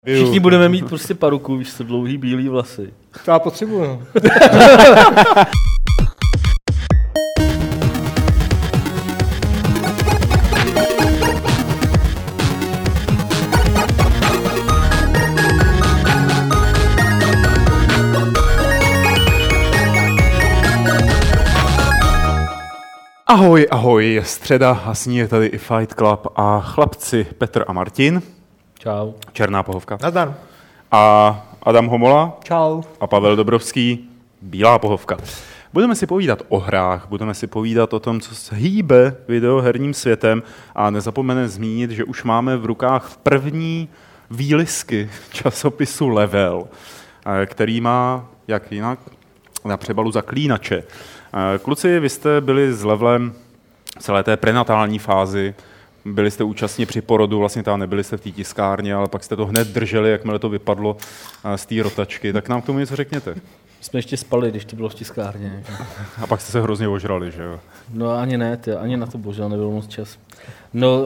Všichni budeme mít prostě paruku, víš co, dlouhý bílý vlasy. To já potřebuju, no. Ahoj, ahoj, je středa a s ní je tady i Fight Club a chlapci Petr a Martin. Čau. Černá pohovka. Nazdar. A Adam Homola. Čau. A Pavel Dobrovský. Bílá pohovka. Budeme si povídat o hrách, budeme si povídat o tom, co se hýbe videoherním světem a nezapomeňme zmínit, že už máme v rukách první výlisky časopisu Level, který má, jak jinak, na přebalu Zaklínače. Kluci, vy jste byli s Levelem v celé té prenatální fázi, byli jste účastní při porodu, vlastně tam nebyli jste v té tiskárně, ale pak jste to hned drželi, jakmile to vypadlo z té rotačky. Tak nám k tomu něco řekněte. Jsme ještě spali, když to bylo v tiskárně. A pak jste se hrozně ožrali, že jo? No ani ne, ani na to bohužel nebylo moc čas. No,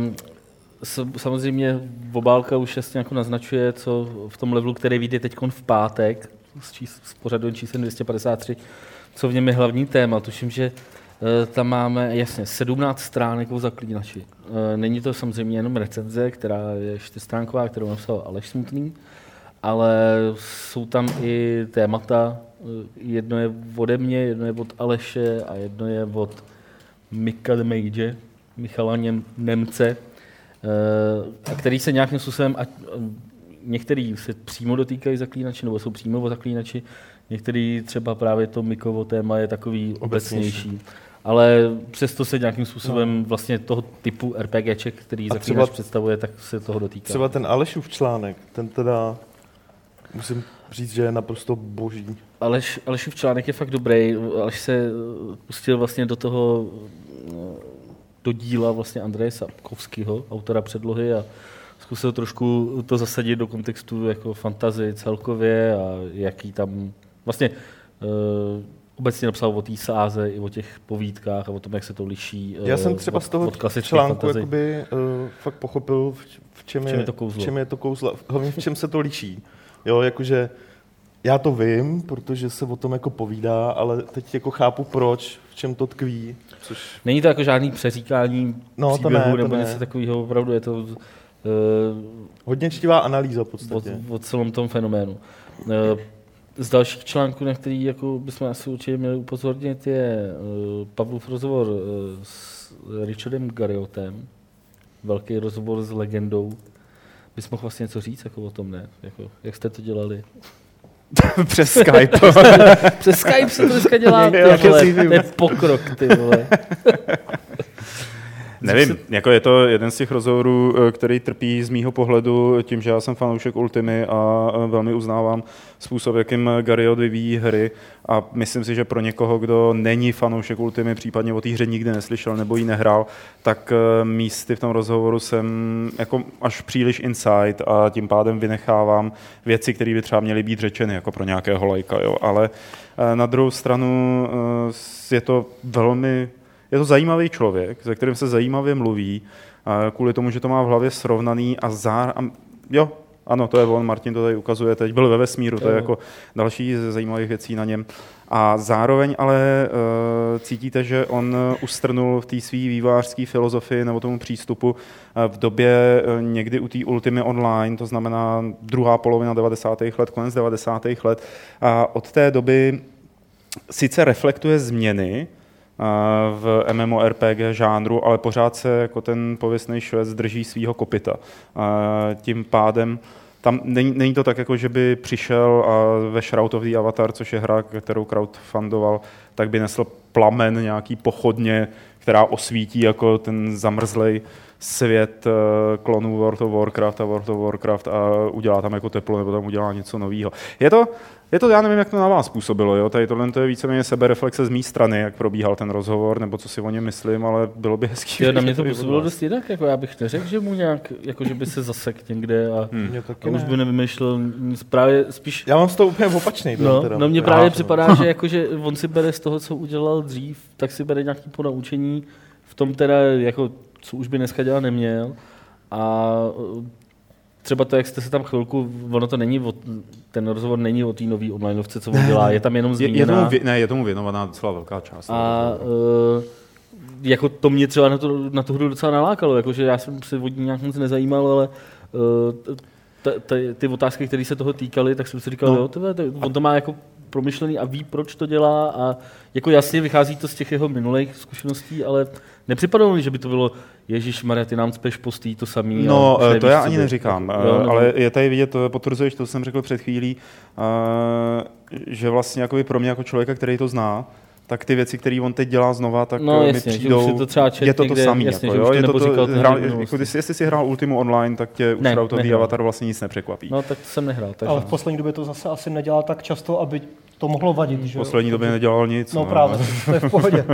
samozřejmě obálka už jasně jako naznačuje, co v tom Levelu, který vyjde teď v pátek, s pořadovým číslem 253, co v něm je hlavní téma. Tuším, že tam máme jasně 17 stránek o Zaklínači. Není to samozřejmě jenom recenze, která je 4stránková, kterou napsal Aleš Smutný, ale jsou tam i témata. Jedno je ode mě, jedno je od Aleše a jedno je od Mika the Mage, Michala Němce, a který se nějakým způsobem, některý se přímo dotýkají Zaklínači, nebo jsou přímo o Zaklínači, některý třeba právě to Mikovo téma je takový obecnější. Ale přesto se nějakým způsobem vlastně toho typu RPGček, který Zaklínač představuje, tak se toho dotýká. Třeba ten Alešův článek, ten teda musím říct, že je naprosto boží. Alešův článek je fakt dobrý. Aleš se pustil vlastně do díla vlastně Andreje Sapkovského, autora předlohy, a zkusil trošku to zasadit do kontextu jako fantasy celkově a jaký tam vlastně obecně napsal o té sáze i o těch povídkách a o tom, jak se to liší. Já jsem třeba z toho článku jakoby, fakt pochopil, v čem je to kouzlo, hlavně v čem se to liší. Jo, jakože já to vím, protože se o tom jako povídá, ale teď jako chápu proč, v čem to tkví. Což... Není to jako žádný přeříkání příběhu nebo něco takového, opravdu je to hodně čtivá analýza v podstatě. O celém tom fenoménu. Z dalších článků, na který jako bychom asi určitě měli upozornit, je Pavlův rozhovor s Richardem Garriotem. Velký rozhovor s legendou. Bys mohl vlastně něco říct jako o tom, ne? Jako, jak jste to dělali? Přes Skype. Přes Skype se to dneska dělá. To je pokrok, ty vole. Nevím, jako je to jeden z těch rozhovorů, který trpí z mýho pohledu tím, že já jsem fanoušek Ultimy a velmi uznávám způsob, jakým Garriott vyvíjí hry, a myslím si, že pro někoho, kdo není fanoušek Ultimy, případně o té hře nikdy neslyšel nebo ji nehrál, tak místy v tom rozhovoru jsem jako až příliš inside a tím pádem vynechávám věci, které by třeba měly být řečeny jako pro nějakého lajka, jo. Ale na druhou stranu je to zajímavý člověk, se kterým se zajímavě mluví, kvůli tomu, že to má v hlavě srovnaný jo, ano, to je on, Martin to tady ukazuje teď, byl ve vesmíru, to je jako další ze zajímavých věcí na něm. A zároveň ale cítíte, že on ustrnul v té své vývojářské filozofii nebo tomu přístupu v době někdy u té Ultimy Online, to znamená druhá polovina 90. let, konec 90. let. A od té doby sice reflektuje změny v MMORPG žánru, ale pořád se jako ten pověstný švec drží svýho kopyta. Tím pádem tam není to tak, jako že by přišel a ve Shroud of the Avatar, což je hra, kterou crowdfundoval, tak by nesl plamen nějaký pochodně, která osvítí jako ten zamrzlej svět klonů World of Warcraft a udělá tam jako teplo nebo tam udělá něco nového. Je to, já nevím, jak to na vás působilo, jo? Tady tohle je víceméně sebereflexe z mé strany, jak probíhal ten rozhovor, nebo co si o něm myslím, ale bylo by hezký. Na mě to působilo dost jinak, jako já bych neřekl, že mu nějak, jako že by se zasek někde a už by nevymýšlel nic, právě spíš... Já mám z toho úplně opačný. No mně právě připadá, že jakože on si bere z toho, co udělal dřív, tak si bere nějaký ponaučení v tom teda, jako, co už by dneska dělat neměl, a třeba to, jak jste se tam chvilku, ono to není, ten rozhovor není o té nový onlineovce, co on dělá, je tam jenom zmíněná. Je tomu věnovaná docela velká část. A jako to mě třeba na tu hru docela nalákalo, jakože já jsem se od ní nějak moc nezajímal, ale ty otázky, které se toho týkaly, tak jsem si říkal, on to má jako promyšlený a ví, proč to dělá a jako jasně vychází to z těch jeho minulých zkušeností, ale nepřipadalo mi, že by to bylo Ježišmarja, ty nám cpeš postý to samý. No, to já ani neříkám, ale je tady vidět, potvrzuješ, to jsem řekl před chvílí, že vlastně pro mě jako člověka, který to zná, tak ty věci, které on teď dělá znova, tak mi přijdou, je to samé. Jestli jsi hrál Ultimu online, tak tě už Routový Avatar vlastně nic nepřekvapí. No, tak to jsem nehrál. Ale v poslední době to zase asi nedělá tak často, aby to mohlo vadit. V poslední době nedělal nic. No právě, to je v pohodě.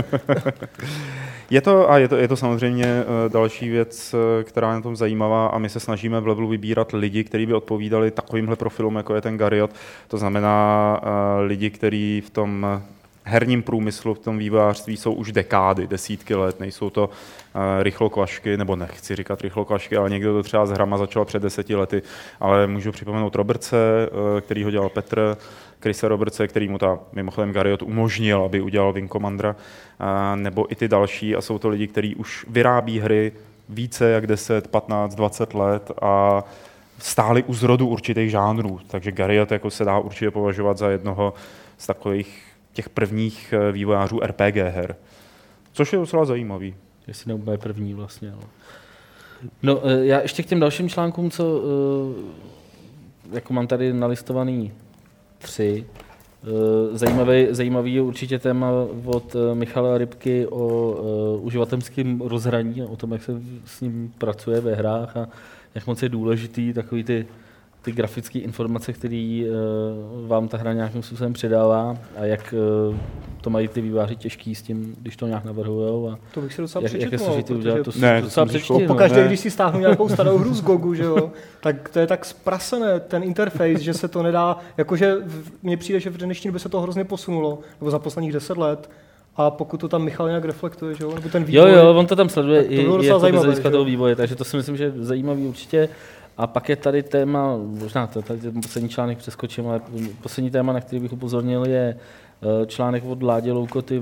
Je to samozřejmě další věc, která je na tom zajímavá a my se snažíme v levelu vybírat lidi, kteří by odpovídali takovýmhle profilům, jako je ten Gariot. To znamená lidi, kteří v tom herním průmyslu, v tom vývojářství jsou už dekády, desítky let, nejsou to rychlokvašky, nebo nechci říkat rychlokvašky, ale někdo to třeba s hrama začal před 10 lety, ale můžu připomenout Robertse, který ho dělal Petr, Chrise Robertse, který mu mimochodem Gariot umožnil, aby udělal Wing Commandera, nebo i ty další a jsou to lidi, kteří už vyrábí hry více jak 10, 15, 20 let a stáli u zrodu určitých žánrů, takže Gariot jako se dá určitě považovat za jednoho z takových těch prvních vývojářů RPG her, což je docela zajímavý. Jestli neúplně první vlastně. Ale... No, já ještě k těm dalším článkům, co jako mám tady nalistovaný 3. Zajímavý je určitě téma od Michala Rybky o uživatelském rozhraní, o tom, jak se s ním pracuje ve hrách a jak moc je důležitý takový ty grafické informace, které vám ta hra nějakým způsobem předává a jak to mají ty vývojáři těžký s tím, když to nějak navrhujou. To bych si docela přečetl. Pokaždé, když si stáhnu nějakou starou hru z GOGu, že jo, tak to je tak zprasené, ten interface, že se to nedá, jakože mně přijde, že v dnešní době se to hrozně posunulo, nebo za posledních 10 let. A pokud to tam Michal nějak reflektuje, že jo, nebo ten vývoj. Jo, on to tam sleduje i jako z hlediska toho vývoje, takže to si myslím, že je zajímavý určitě. A pak je tady téma, možná tady poslední článek přeskočím, ale poslední téma, na který bych upozornil, je článek od Ládě Loukoty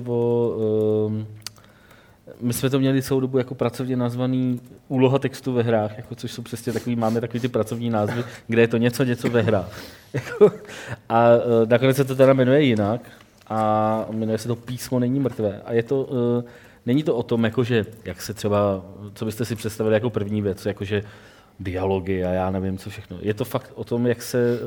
my jsme to měli celou dobu jako pracovně nazvaný úloha textu ve hrách, jako, což jsou přesně máme takový ty pracovní názvy, kde je to něco ve hrách. A nakonec se to teda jmenuje jinak a jmenuje se to Písmo není mrtvé. A je to, není to o tom, jakože, jak se třeba, co byste si představili jako první věc, jakože dialogy a já nevím, co všechno. Je to fakt o tom, jak se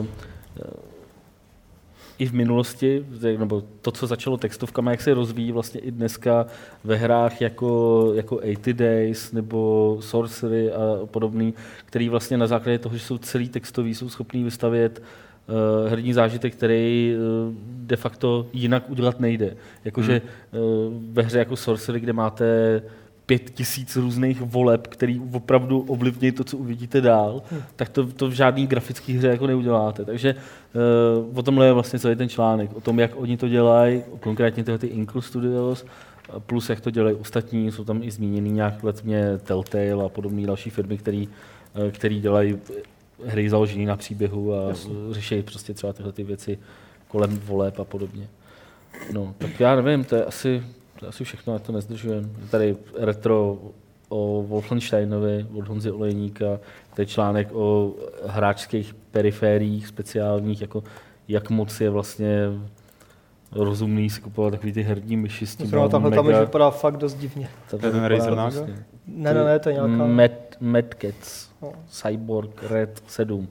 i v minulosti, nebo to, co začalo textovkama, jak se rozvíjí vlastně i dneska ve hrách jako 80 Days nebo Sorcery a podobný, který vlastně na základě toho, že jsou celý textový, jsou schopný vystavět herní zážitek, který de facto jinak udělat nejde. Jakože ve hře jako Sorcery, kde máte 5000 různých voleb, který opravdu ovlivní to, co uvidíte dál, tak to v žádný grafický hře jako neuděláte. Takže o tomhle je vlastně celý ten článek, o tom, jak oni to dělají, konkrétně ty Inkle Studios, plus jak to dělají ostatní, jsou tam i zmíněný nějak letmě Telltale a podobné další firmy, který dělají hry založené na příběhu a řeší prostě třeba tyhle ty věci kolem voleb a podobně. No, tak já nevím, to je asi všechno, já to nezdržujeme. Tady retro o Wolfensteinovi od Honzy Olejníka, to je článek o hráčských perifériích speciálních, jako jak moc je vlastně rozumný si kupovat takový ty herní myši s tím tahle tam vypadá fakt dost divně. To je ten Razer Naga? Ne, to je nějaká... Mad Cats, Cyborg Red 7.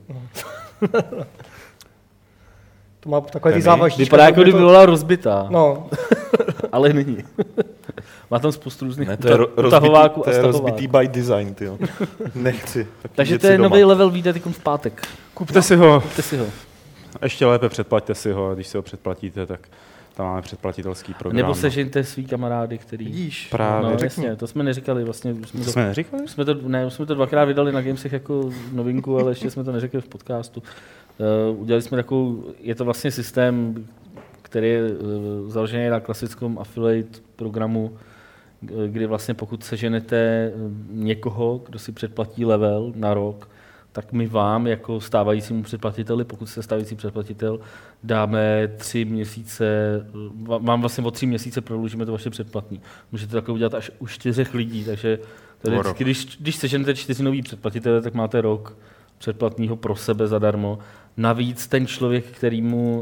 To má takové ty závažníčky. Vypadá jako kdyby byla rozbitá. No. Ale není. Má tam spoustu různých utahováků a stahováků. To je rozbitý by design, tyjo. Nechci. Takže to je nový level, vyjde teď v pátek. Kupte si ho. Ještě lépe předplaťte si ho, a když si ho předplatíte, tak tam máme předplatitelský program. Nebo sežeňte svý kamarády, který... Vidíš, právě. No, jasně, to jsme neříkali vlastně. To jsme neříkali? Už jsme to dvakrát vydali na Gamesech jako novinku, ale ještě jsme to neřekli v podcastu. Udělali jsme takovou, je to vlastně systém, který je založený na klasickém affiliate programu, kdy vlastně pokud seženete někoho, kdo si předplatí level na rok, tak my vám jako stávajícímu předplatiteli, pokud jste stávající předplatitel, dáme 3 měsíce, vám vlastně o 3 měsíce prodloužíme to vaše předplatný. Můžete takhle udělat až u 4 lidí, takže když seženete 4 nový předplatitele, tak máte rok předplatného pro sebe zadarmo. Navíc ten člověk, kterýmu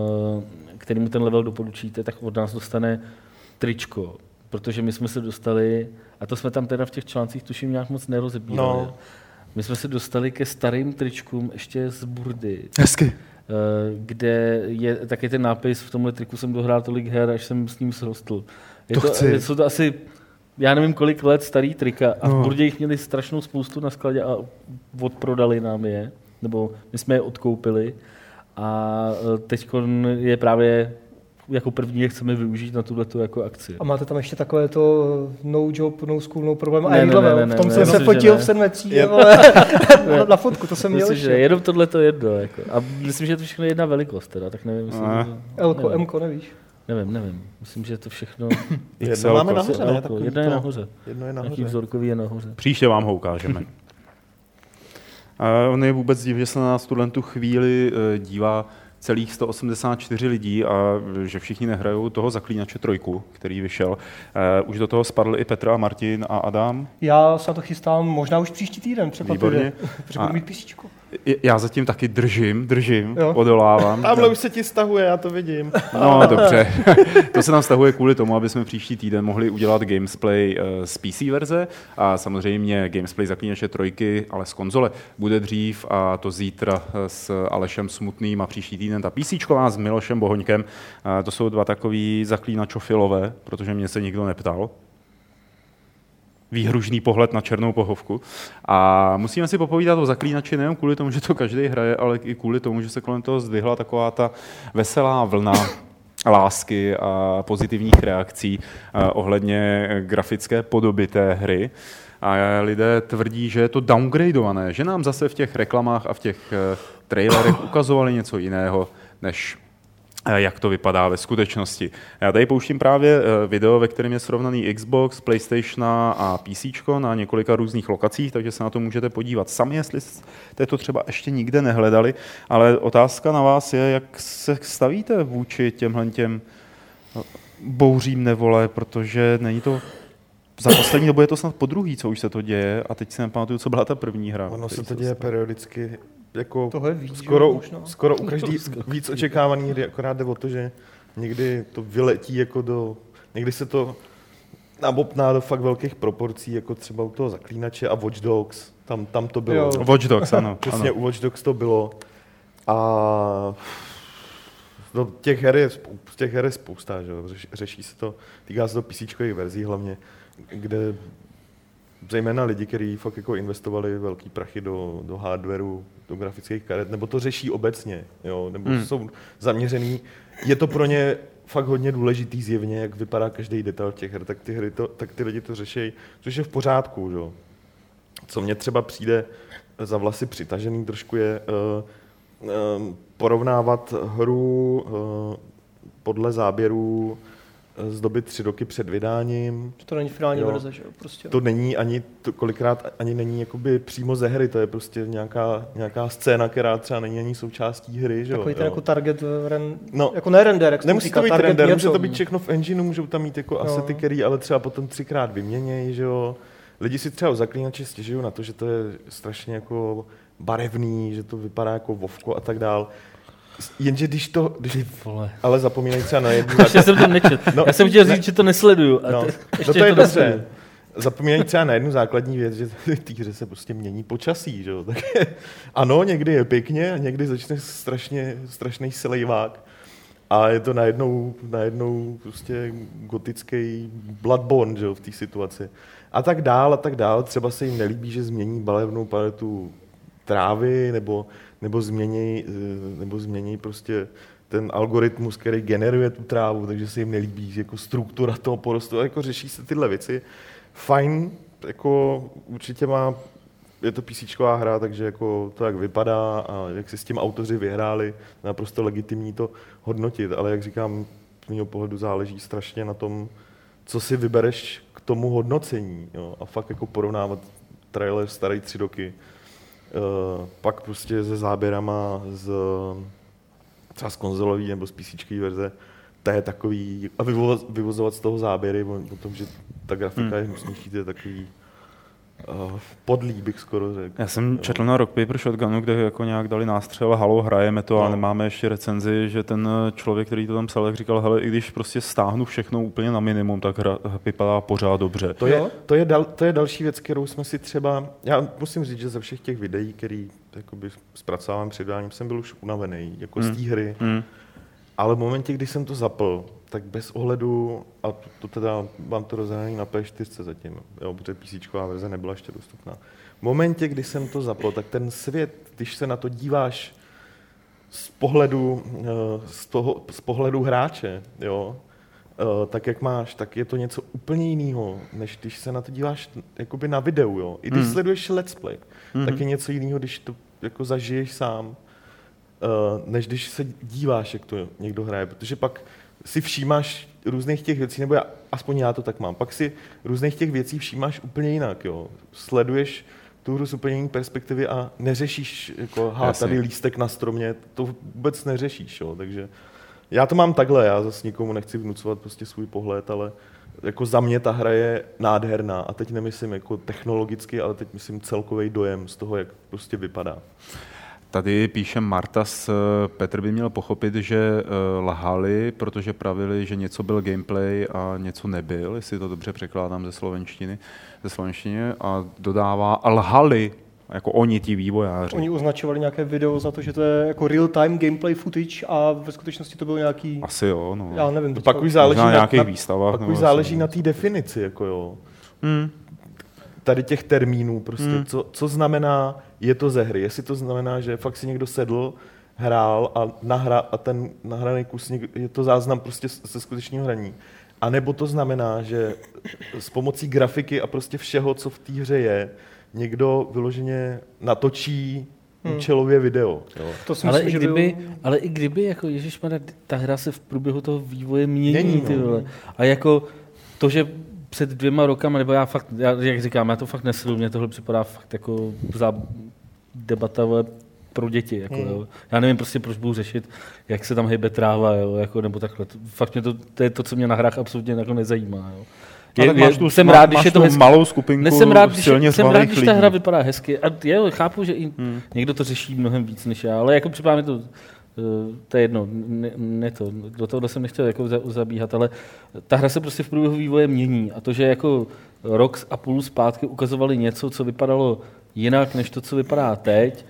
ten level doporučíte, tak od nás dostane tričko, protože my jsme se dostali, a to jsme tam teda v těch článcích tuším nějak moc nerozebírali. No. My jsme se dostali ke starým tričkům ještě z Burdy. Hezky. Kde je taky ten nápis, v tomhle triku jsem dohrál tolik her, až jsem s ním srostl. Jsou to asi, já nevím kolik let starý trika a v Burdě jich měli strašnou spoustu na skladě a odprodali nám je, nebo my jsme je odkoupili a teď je právě jako první je chceme využít na tuhletu jako akci. A máte tam ještě takové to no job, no school, no problem a v tom jsem se fotil v 7 metří na fotku, to jsem měl ještě. Jenom tohleto jedno. Jako. A myslím, že je to všechno jedna velikost, teda, tak nevím. Elko, Mko, nevíš? Nevím. Myslím, že je to všechno... Jedno máme nahoře, ne? Jedno je nahoře. Nějaký vzorkový je nahoře. Příště vám ho ukážeme. On je vůbec div, že se na nás tu chvíli dívá celých 184 lidí a že všichni nehrajou toho Zaklínače 3, který vyšel. Už do toho spadl i Petr a Martin a Adam. Já se na to chystám možná už příští týden, překvapivě, protože budu mít písíčko. Já zatím taky držím, odolávám. Tamhle už se ti stahuje, já to vidím. No dobře, to se nám stahuje kvůli tomu, aby jsme příští týden mohli udělat gamesplay z PC verze a samozřejmě gamesplay Zaklínače 3, ale z konzole bude dřív a to zítra s Alešem Smutným a příští týden ta PCčková s Milošem Bohoňkem. To jsou 2 takový zaklínačofilové, protože mě se nikdo neptal. Výhružný pohled na černou pohovku. A musíme si popovídat o Zaklínači nejen kvůli tomu, že to každý hraje, ale i kvůli tomu, že se kolem toho zdvihla taková ta veselá vlna lásky a pozitivních reakcí ohledně grafické podoby té hry. A lidé tvrdí, že je to downgradované, že nám zase v těch reklamách a v těch trailerech ukazovali něco jiného, než jak to vypadá ve skutečnosti. Já tady pouštím právě video, ve kterém je srovnaný Xbox, PlayStation a PC na několika různých lokacích, takže se na to můžete podívat sami, jestli jste to třeba ještě nikde nehledali, ale otázka na vás je, jak se stavíte vůči těm bouřím nevole, protože není to za poslední dobu je to snad podruhý, co už se to děje a teď si nepamatuju, co byla ta první hra. Ono se to děje periodicky, jako víc, skoro u každý víc očekávaný hry, akorát jde o to, že někdy to vyletí jako někdy se to nabopná do fakt velkých proporcí, jako třeba u toho Zaklínače a Watch Dogs, tam to bylo. Jo. Watch Dogs, ano. Přesně u Watch Dogs to bylo a těch her je spousta, že? Řeší se to, týká se to PCčkových verzí hlavně, kde zejména lidi, kteří fakt jako investovali velký prachy do hardwareu, do grafických karet, nebo to řeší obecně, jo? Nebo jsou zaměřený. Je to pro ně fakt hodně důležitý zjevně, jak vypadá každý detail těch her, tak ty lidi to řeší, což je v pořádku. Jo? Co mně třeba přijde za vlasy přitažený trošku je porovnávat hru podle záběrů z doby 3 roky před vydáním. To není finální verze, že jo? Prostě. To není kolikrát ani není jakoby přímo ze hry, to je prostě nějaká scéna, která třeba není ani součástí hry, že jo? Takový ten jako target, jako ne render, jak nemusí to být render, může to být všechno v engineu, můžou tam mít jako asety, který ale třeba potom 3krát vyměnějí, že jo? Lidi si třeba u Zaklínače stěžují na to, že to je strašně jako barevný, že to vypadá jako vovko a tak dál. Jenže ale zapomínají třeba na jednu základní... jsem to nečet. Já jsem chtěl říct, že to nesleduju. To je dobře. Zapomínají třeba na jednu základní věc, že v té hře se prostě mění počasí. Že? Tak ano, někdy je pěkně a někdy začne strašný selejvák. A je to najednou prostě gotický Bloodborne, že? V té situaci. A tak dál. Třeba se jim nelíbí, že změní barevnou paletu trávy, nebo změní prostě ten algoritmus, který generuje tu trávu, takže se jim nelíbí jako struktura toho porostu, jako řeší se tyhle věci. Fajn, jako určitě je to PCčková hra, takže jako to jak vypadá a jak si s tím autoři vyhráli, naprosto legitimní to hodnotit, ale jak říkám, z mého pohledu záleží strašně na tom, co si vybereš k tomu hodnocení, jo? A fakt jako porovnávat trailer starý 3 roky, Pak prostě se záběrama třeba z konzolový nebo z PCčkový verze, to je takový, a vyvozovat z toho záběry o tom, že ta grafika je hnusnější, to je takový podlý, bych skoro řekl. Já jsem četl na Rock Paper Shotgunu, kde jako nějak dali nástřel, halo, hrajeme to, a nemáme ještě recenzi, že ten člověk, který to tam psal, jak říkal, hele, i když prostě stáhnu všechno úplně na minimum, tak hra vypadá pořád dobře. To je další věc, kterou jsme si třeba, já musím říct, že ze všech těch videí, který jakoby zpracovávám před dáním, jsem byl už unavený, jako z té hry. Ale v momentě, kdy jsem to zapl, tak bez ohledu, a to teda mám to rozhraný na P4 zatím, jo, protože PCčková verze nebyla ještě dostupná. V momentě, kdy jsem to zapl, tak ten svět, když se na to díváš z pohledu hráče, jo, tak jak máš, tak je to něco úplně jiného, než když se na to díváš jakoby na videu. Jo. I když sleduješ let's play, tak je něco jiného, když to jako zažiješ sám, než když se díváš, jak to někdo hraje, protože pak si všímáš různých těch věcí, nebo aspoň já to tak mám, pak si různých těch věcí všímáš úplně jinak, jo. Sleduješ tu hru z úplně jiné perspektivy a neřešíš, jako, tady lístek na stromě, to vůbec neřešíš, jo. Takže já to mám takhle, já zase nikomu nechci vnucovat prostě svůj pohled, ale jako za mě ta hra je nádherná a teď nemyslím jako technologicky, ale teď myslím celkový dojem z toho, jak prostě vypadá. Tady píše Martas, Petr by měl pochopit, že lhali, protože pravili, že něco byl gameplay a něco nebyl, jestli to dobře překládám ze slovenštiny, a dodává, a lhali, jako oni, ti vývojáři. Oni označovali nějaké video za to, že to je jako real-time gameplay footage a ve skutečnosti to byl nějaký... Asi jo, no. Já nevím. Pak už záleží na nějakých výstavách. Pak už záleží na té definici, jako jo. Tady těch termínů prostě, co znamená, je to ze hry. Jestli to znamená, že fakt si někdo sedl, hrál a ten nahraný kus je to záznam prostě ze skutečného hraní. A nebo to znamená, že s pomocí grafiky a prostě všeho, co v té hře je, někdo vyloženě natočí účelově video. Jo. To si myslím, ale i kdyby, jako ježišmarja, ta hra se v průběhu toho vývoje mění, ty vole. A jako to, že před 2 rokama, nebo jak říkám, já to fakt nesleduju, mně tohle připadá fakt jako debata pro děti. Jako, jo. Já nevím prostě, proč budu řešit, jak se tam hejbe tráva, jo, jako, nebo takhle. Fakt mě to je to, co mě na hrách absolutně jako nezajímá. Jo. Jsem rád, když je to hezky. Malou skupinku silně zvalých lidí. Když ta hra vypadá hezky. A já chápu, že i někdo to řeší mnohem víc než já, ale jako připadá mi to je jedno, do toho jsem nechtěl jako zabíhat, ale ta hra se prostě v průběhu vývoje mění a to, že jako rok a půl zpátky ukazovali něco, co vypadalo jinak, než to, co vypadá teď,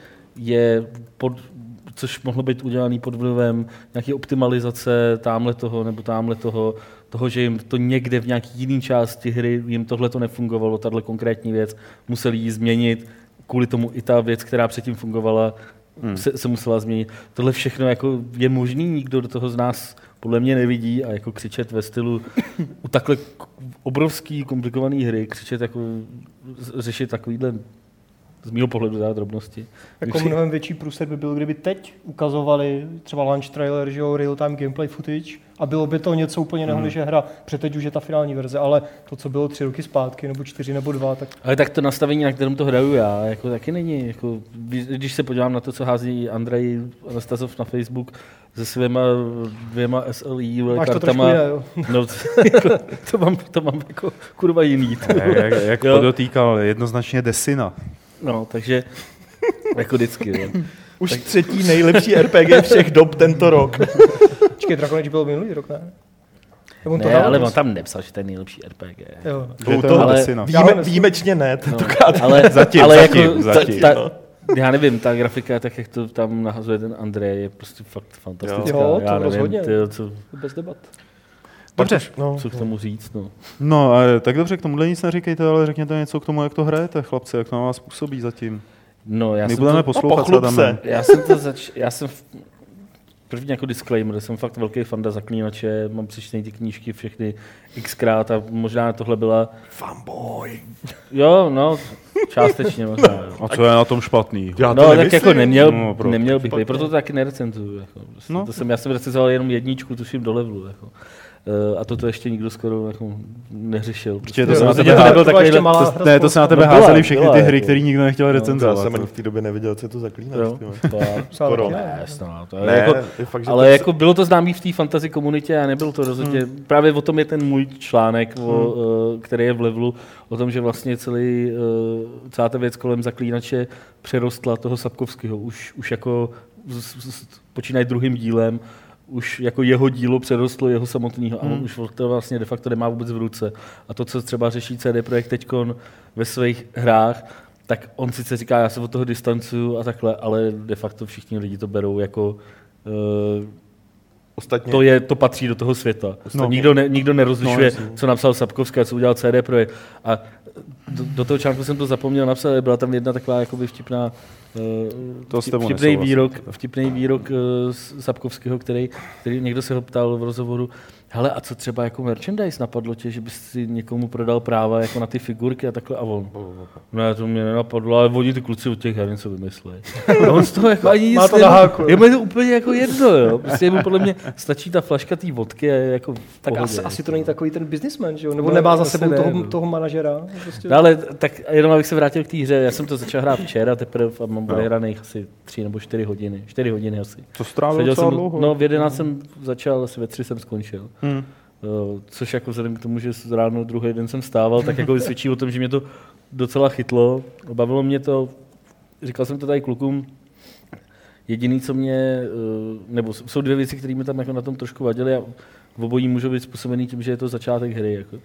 což mohlo být udělané pod vlivem nějaké optimalizace támhle toho, že jim to někde v nějaký jiný části hry, jim tohle to nefungovalo, tahle konkrétní věc, museli ji změnit, kvůli tomu i ta věc, která předtím fungovala, se musela změnit. Tohle všechno jako je možný, nikdo do toho z nás podle mě nevidí a jako křičet ve stylu u takhle obrovský, komplikovaný hry, křičet jako řešit takovýhle z mýho pohledu drobnosti. Jako mnohem větší průser by byl, kdyby teď ukazovali třeba launch trailer, že jo, real-time gameplay footage a bylo by to něco úplně jiného, než je hra. Protože teď už je ta finální verze, ale to, co bylo 3 roky zpátky, nebo 4 nebo 2, tak... Ale tak to nastavení, na kterém to hraju já, jako taky není. Jako, když se podívám na to, co hází Andrej Anastasov na Facebook se svýma 2 SLI kartama, no, to mám jako kurva jiný. Jak podotýkal, jednoznačně desina. No, takže jako vždycky. Jo. Už tak... 3. nejlepší RPG všech dob tento rok. Počkej, Dragon Age byl minulý rok, ne? Ne, ale on tam nepsal, že to je nejlepší RPG. Jo. Výjimečně ne, tentokrát. No, zatím. Já nevím, ta grafika, tak jak to tam nahazuje ten Andrej, je prostě fakt fantastická. Jo, to já rozhodně. Co... Bez debat. Dobře, co k tomu říct, no. No, tak dobře, k tomuhle nic neříkejte, ale řekněte něco k tomu, jak to hrajete, chlapci, jak to na vás působí zatím. No, my budeme poslouchat. Já jsem první jako disclaimer, jsem fakt velký fanda Zaklínače, mám přečtený ty knížky všechny xkrát a možná tohle byla... Fanboy. Jo, no, částečně možná. A co je na tom špatný? No, tak jako neměl bych, proto to taky nerecenzuju. Jako. Já jsem recenzoval jenom 1, tuším do levelu. Jako. A toto ještě nikdo skoro jako neřešil. Prostě to se na tebe házeli všechny ty hry, které nikdo nechtěl recenzovat. Já jsem ani v té době neviděl, co je to Zaklínač. Skoro. Ale jako bylo to známý v té fantasy komunitě a nebylo to rozhodně. Právě o tom je ten můj článek, který je v Levelu, o tom, že vlastně celá ta věc kolem Zaklínače přerostla toho Sapkovského. Už jako počínají druhým dílem, už jako jeho dílo přerostlo jeho samotného a on už to vlastně de facto nemá vůbec v ruce. A to, co třeba řeší CD Projekt teďkon ve svých hrách, tak on sice říká, já se od toho distancuju a takhle, ale de facto všichni lidi to berou jako ostatně to patří do toho světa. Nikdo nerozlišuje, co napsal Sapkovský a co udělal CD Projekt. A do toho článku jsem to zapomněl napsat, byla tam jedna taková jakoby vtipný výrok Sapkovského, který někdo se ho ptal v rozhovoru, hele, a co třeba jako merchandise napadlo tě, že bys si někomu prodal práva jako na ty figurky a takhle a on. Ne, to mě nenapadlo, ale oni ty kluci od těch her něco vymyslejí. A on z toho jako ani nic je mu to úplně jako jedno, jo. Prostě mu podle mě stačí ta flaška té vodky a jako tak asi to není takový ten businessman, že jo? Nebo nemá za sebou toho manažera. Prostě. No, ale tak jenom abych se vrátil k té hře, já jsem to začal hrát včera teprve a mám odehraných asi 3 nebo 4 hodiny. 4 hodiny asi. To strávil docela dlouho. No, v 11 jsem začal, asi ve 3 jsem skončil. Což jako vzhledem k tomu, že ráno druhý den jsem stával, tak jako svědčí o tom, že mě to docela chytlo. Bavilo mě to, říkal jsem to tady klukům, jediný, co mě, nebo jsou 2 věci, které mi tam jako na tom trošku vadily a v obojí můžou být způsobený tím, že je to začátek hry. Jako.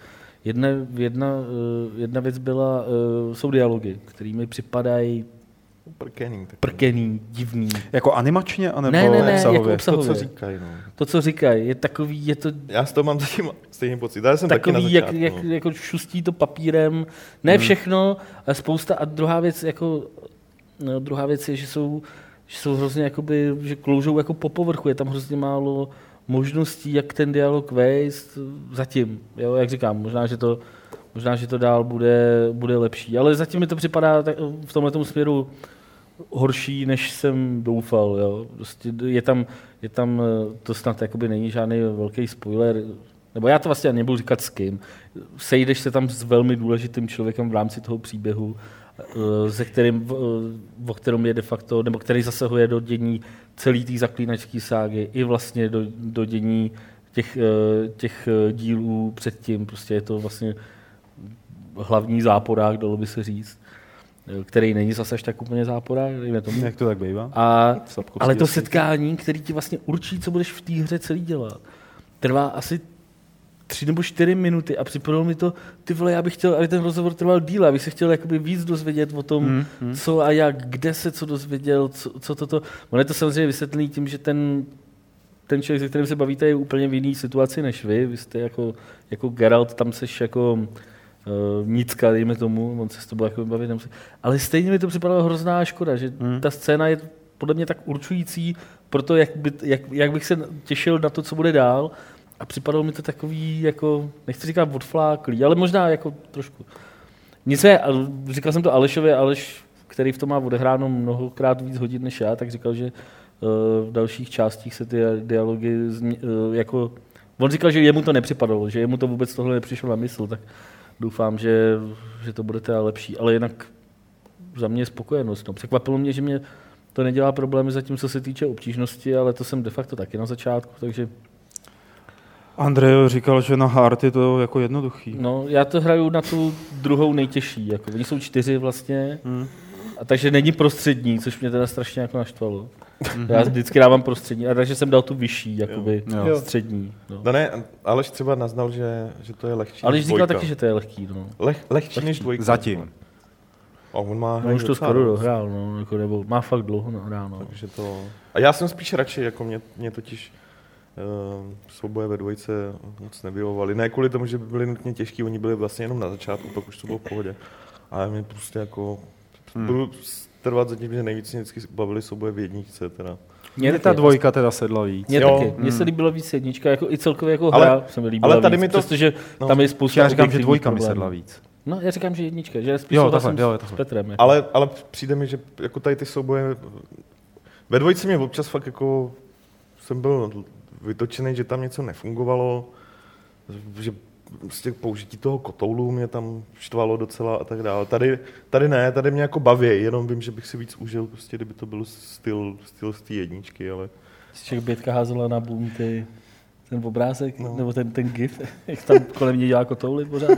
Jedna věc byla, jsou dialogy, které mi připadají prkený, divný. Jako animačně, anebo ne, obsahově? Jako obsahově. To, co říkají. No. To, co říkají, je takový, je to... Já s toho mám zatím stejný pocit. Já jsem takový, taky na začátku, jak jako šustí to papírem. Ne všechno, ale spousta. A druhá věc je, že jsou hrozně jakoby, že kloužou jako po povrchu. Je tam hrozně málo možností, jak ten dialog vést zatím. Jo, jak říkám, možná, že to dál bude lepší. Ale zatím mi to připadá v tomhletom směru horší, než jsem doufal. Jo. Prostě je tam, to snad jakoby není žádný velký spoiler, nebo já to vlastně nebudu říkat s kým. Sejdeš se tam s velmi důležitým člověkem v rámci toho příběhu, o kterém je de facto, nebo který zasahuje do dění celé té zaklínačské ságy i vlastně do dění těch dílů předtím. Prostě je to vlastně hlavní záporák, dalo by se říct, který není zase až tak úplně záporák, dejme tomu. Jak to tak bývá? Ale to setkání, který ti vlastně určí, co budeš v té hře celý dělat, trvá asi 3 nebo 4 minuty a připadalo mi to, ty vole, já bych chtěl, aby ten rozhovor trval díl, abych se chtěl jakoby víc dozvědět o tom, co a jak, kde se co dozvěděl, co toto. On je to samozřejmě vysvětlený tím, že ten člověk, se kterým se bavíte, je úplně v jiný situaci než vy. Vy jste jako Geralt, tam seš jako nicka, dejme tomu, on se s tobou jako baví. Ale stejně mi to připadalo hrozná škoda, že ta scéna je podle mě tak určující pro to, jak bych se těšil na to, co bude dál. A připadalo mi to takový, jako, nechci říkat odfláklý, ale možná jako trošku. Nicméně, říkal jsem to Alešovi, Aleš, který v tom má odehráno mnohokrát víc hodin než já, tak říkal, že v dalších částích se ty dialogy jako... On říkal, že jemu to nepřipadalo, že jemu to vůbec tohle nepřišlo na mysl, tak doufám, že to bude teda lepší. Ale jinak za mě je spokojenost. No. Překvapilo mě, že mě to nedělá problémy zatím, co se týče obtížnosti, ale to jsem de facto taky na začátku, takže... Andrej říkal, že na hard je to jako jednoduchý. No, já to hraju na tu druhou nejtěžší. Jako. Oni jsou 4 vlastně, a takže není prostřední, což mě teda strašně jako naštvalo. Já vždycky dávám prostřední, a takže jsem dal tu vyšší, jakoby střední. No. No ne, Aleš třeba naznal, že to je lehčí. Aleš říkal taky, že to je lehký. No. Lehčí než 2. Zatím. A on má už to skoro dohrál, no, jako, nebo má fakt dlouho dohrál. No. Takže to... A já jsem spíš radši, jako mě totiž souboje ve 2 moc nevyhovovaly. Ne kvůli tomu, že by byly nutně těžký, oni byli vlastně jenom na začátku, pak už to bylo v pohodě. Ale mě prostě jako... Budu trvat za tím, že nejvíc vždycky bavili souboje v 1. teda. Mně ta 2 teda sedla víc. Mně taky. Mně se líbila víc 1, jako i celkově jako hra se mi líbila ale tady víc, mi to... přestože tam je spousta... Já říkám, že 2 mi sedla víc. No, já říkám, že 1, že spíš souhlasím s Petrem. Jako. Ale přijde mi, že jako tady ty souboje... Ve 2 mě občas fakt jako... Jsem byl vytočený, že tam něco nefungovalo, že z těch použití toho kotoulu mě tam štvalo docela a tak dále. Tady ne, tady mě jako baví, jenom vím, že bych si víc užil, prostě, kdyby to byl styl z té jedničky, ale... Však Bětka házela na boom ten obrázek, no. Nebo ten gif, jak tam kolem mě dělá kotouly pořád.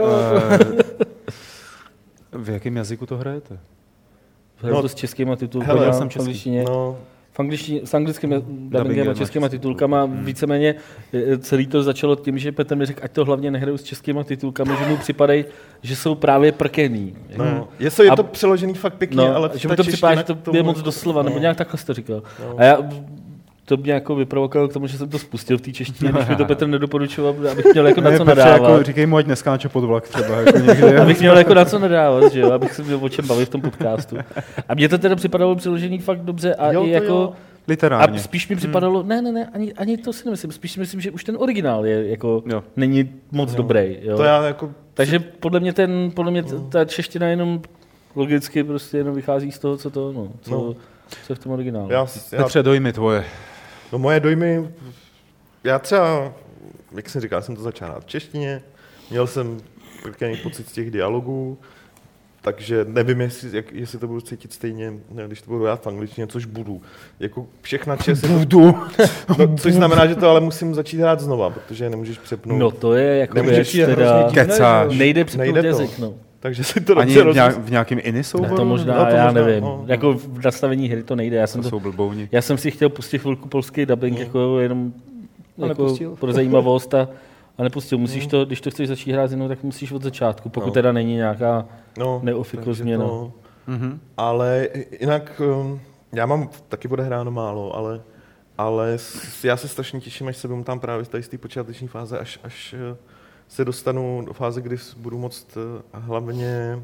V jakém jazyku to hrajete? Hraju to s českýma titulkama, já jsem český. S anglickým dubbingem a českýma titulkama víceméně celý to začalo tím, že Petr mi řekl, ať to hlavně nehraju s českýma titulkami, že mu připadají, že jsou právě prkený. No. Je to přeložený fakt pěkně, ale že mu to připadá, že to je moc doslova, nebo nějak takhle jsi to říkal. No. A já to mě jako vyprovokovalo k tomu, že jsem to spustil v té češtině, když mi to Petr nedoporučoval, abych měl jako na co nadávat. Jako, říkej mu, ať neskáče pod vlak třeba. Jako někde. Abych měl jako na co nadávat, že jo, abych se měl o čem bavit v tom podcastu. A mně to teda připadalo přeložený fakt dobře a i jako... Literárně. A spíš mi připadalo, ne, ani to si nemyslím, spíš myslím, že už ten originál je jako, není moc dobrý. Jo. To já jako... Takže podle mě ta čeština jenom logicky prostě jenom vychází z toho, co je v tom originálu. Petře, dojmy tvoje. No moje dojmy, já třeba, jak jsem říkal, jsem to začal hrát v češtině, měl jsem prkený pocit z těch dialogů, takže nevím, jestli to budu cítit stejně, když to budu hrát v angličtině, což budu. Jako všechna čes... Budu. No, což znamená, že to ale musím začít hrát znova, protože nemůžeš přepnout. No to je jako věc, teda... Nejde přepnout jazyk, no. Takže si to ani v nějakém jiný souboru? To možná, já nevím. Jako v nastavení hry to nejde. Já jsem si chtěl pustit chvilku polský dubbing, jako jenom jako pro zajímavost a nepustil. Musíš to, když to chceš začít hrát jenom, tak musíš od začátku, pokud teda není nějaká neofiko změna. Ale jinak, já mám taky odehráno málo, ale já se strašně těším, až se budu tam právě z té počáteční fáze, až se dostanu do fáze, kdy budu moct hlavně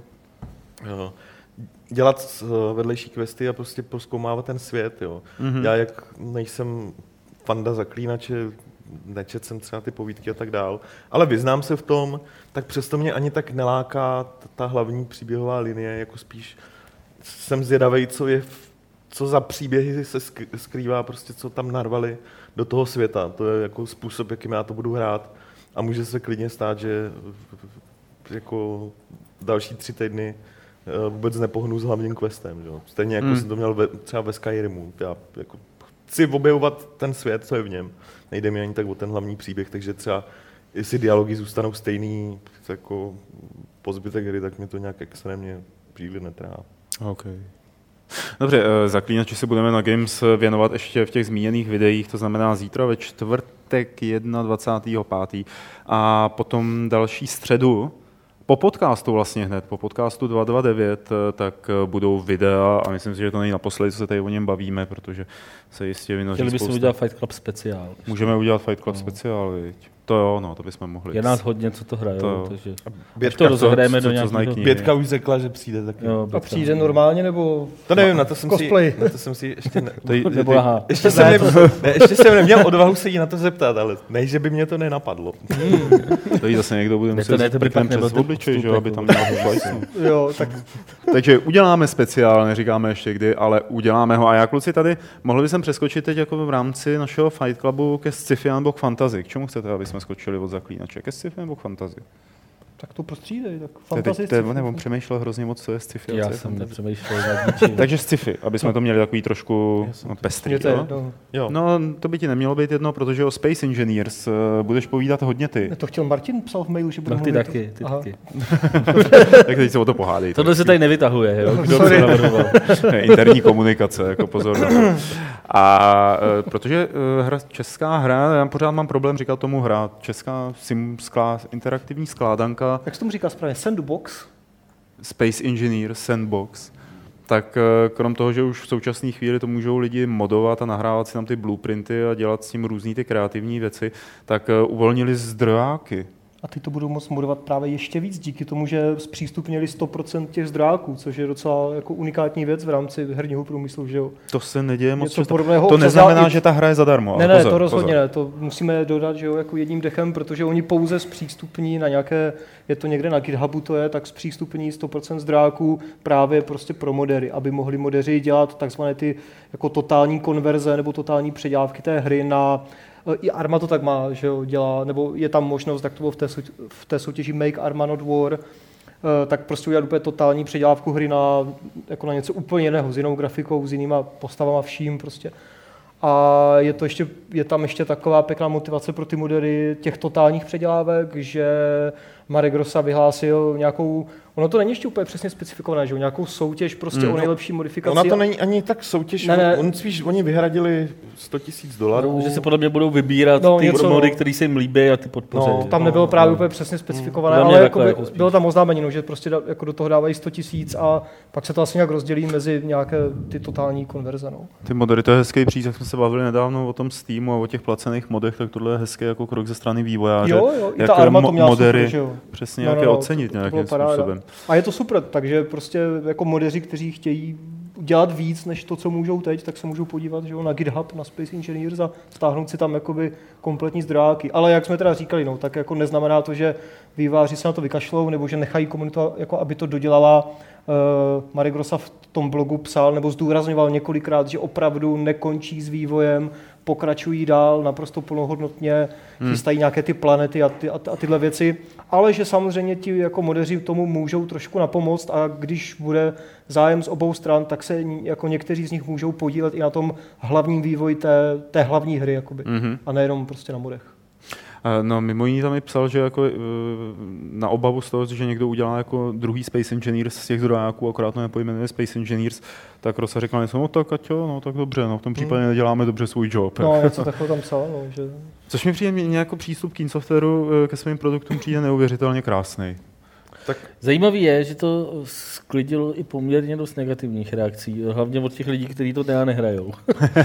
dělat vedlejší questy a prostě prozkoumávat ten svět. Jo. Já jak nejsem fanda Zaklínače, nečet jsem třeba ty povídky a tak dál, ale vyznám se v tom, tak přesto mě ani tak neláká ta hlavní příběhová linie, jako spíš jsem zvědavej, co za příběhy se skrývá, prostě co tam narvali do toho světa. To je jako způsob, jakým já to budu hrát. A může se klidně stát, že jako další 3 týdny vůbec nepohnu s hlavním questem. Že? Stejně jako jsem to měl třeba ve Skyrimu. Já jako chci objevovat ten svět, co je v něm. Nejde mi ani tak o ten hlavní příběh, takže třeba jestli dialogy zůstanou stejný jako po zbytek hry, tak mě to nějak extrémně příliš netrápí. Okay. Dobře, Zaklínači se budeme na Games věnovat ještě v těch zmíněných videích, to znamená zítra ve čtvrtek 21.5. a potom další středu, po podcastu vlastně hned, po podcastu 229, tak budou videa a myslím si, že to není naposledy, co se tady o něm bavíme, protože se jistě vynoří spousta. Chtěli bychom udělat Fight Club speciál. Můžeme udělat Fight Club speciál, viď? To jo, no, to bychom mohli. Je nás hodně, co to hrajou, takže Bětka, to rozehrajeme do nějakého... Bětka už řekla, že přijde taky. Jo, a přijde normálně, nebo to nevím, na to jsem si ještě ještě jsem neměl odvahu se jí na to zeptat, ale ne, že by mě to nenapadlo. To jí zase někdo bude muset s prkem přes obličej, že aby tam měl švajsnu. Jo, tak... Takže uděláme speciál, neříkáme ještě kdy, ale uděláme ho. A já, kluci, tady mohli bychom přeskočit teď jako v rámci našeho Fight Clubu ke sci-fi nebo k fantasy. K čemu chcete, aby jsme skočili od Zaklínače? Ke sci-fi nebo k fantasy? Tak to prostřídej, tak fantasy. On přemýšlel hrozně moc, co je sci-fi. Já jsem nepřemýšlel nad ničím. Takže sci-fi, aby jsme to měli takový trošku pestrý. No, to by ti nemělo být jedno, protože o Space Engineers budeš povídat hodně ty. To chtěl Martin, psal v mailu, že bude mluvit. Ty taky. Tak teď se o to pohádej. Tohle se tady nevytahuje, jo? Kdo to navrhoval? Interní komunikace, jako pozor na to. A protože česká hra, já pořád mám problém říkat tomu hra, česká interaktivní skládanka. Jak se tomu říká správně? Sandbox? Space Engineer, Sandbox. Tak krom toho, že už v současné chvíli to můžou lidi modovat a nahrávat si tam ty blueprinty a dělat s tím různý ty kreativní věci, tak uvolnili zdrojáky. A ty to budou moct modovat právě ještě víc díky tomu, že zpřístupnili 100% těch zdrojáků, což je docela jako unikátní věc v rámci herního průmyslu, že jo. To se neděje moc často. To neznamená, že ta hra je zadarmo. Ne, to rozhodně ne, to musíme dodat, že jo, jako jedním dechem, protože oni pouze zpřístupní na nějaké, je to někde na GitHubu to je, tak zpřístupní 100% zdrojáků právě prostě pro modery, aby mohli modery dělat takzvané ty jako totální konverze nebo totální předělávky té hry na I Arma to tak má, že jo, dělá, nebo je tam možnost, tak to bylo v té soutěži Make Arma Not War, tak prostě udělat úplně totální předělávku hry jako na něco úplně jiného, s jinou grafikou, s jinýma postavama, vším prostě. A je tam ještě taková pěkná motivace pro ty modery těch totálních předělávek, že Marek Rosa vyhlásil nějakou, ono to není ještě úplně přesně specifikované, že nějakou soutěž prostě o nejlepší modifikaci. Ona to není ani tak soutěž, ne. Oni vyhradili $100,000. Že se podle mě budou vybírat ty mody, které se jim líbí a ty podpoří. Tam nebylo právě úplně přesně specifikované, ale jako bylo tam oznámení, že prostě jako do toho dávají 100,000 a pak se to asi nějak rozdělí mezi nějaké ty totální konverze. No. Ty mody, to je hezký příklad, jsme se bavili nedávno o tom Steamu a o těch placených modech, tak tohle je hezký jako krok ze strany vývojáře. Jo, i ta Arma to měla modery, super, že jo. Přesně, jak je ocenit nějakým způsobem. A je to super, takže prostě jako modeři, kteří chtějí dělat víc než to, co můžou teď, tak se můžou podívat, že jo, na GitHub, na Space Engineers a stáhnout si tam jakoby kompletní zdrojáky. Ale jak jsme teda říkali, no, tak jako neznamená to, že vývojáři se na to vykašlou, nebo že nechají komunitu, jako aby to dodělala. Marek Rosa v tom blogu psal nebo zdůrazňoval několikrát, že opravdu nekončí s vývojem, pokračují dál naprosto plnohodnotně, chystají nějaké ty planety a tyhle věci, ale že samozřejmě ti jako modeři tomu můžou trošku napomoct a když bude zájem z obou stran, tak se jako někteří z nich můžou podílet i na tom hlavním vývoji té hlavní hry jakoby, a nejenom prostě na modech. No, mimo jiný tam i psal, že jako na obavu z toho, že někdo udělá jako druhý Space Engineers z těch zdrojáků, akorát to nepojmenuje Space Engineers, tak Rosa řekla něco, no tak Aťo, no tak dobře, no v tom případě neděláme dobře svůj job. No, něco takového tam psal, no, že... Což mi přijde, mě jako přístup Keen Softwareu ke svým produktům přijde neuvěřitelně krásný. Tak zajímavý je, že to sklidilo i poměrně dost negativních reakcí, hlavně od těch lidí, kteří to teda nehrajou.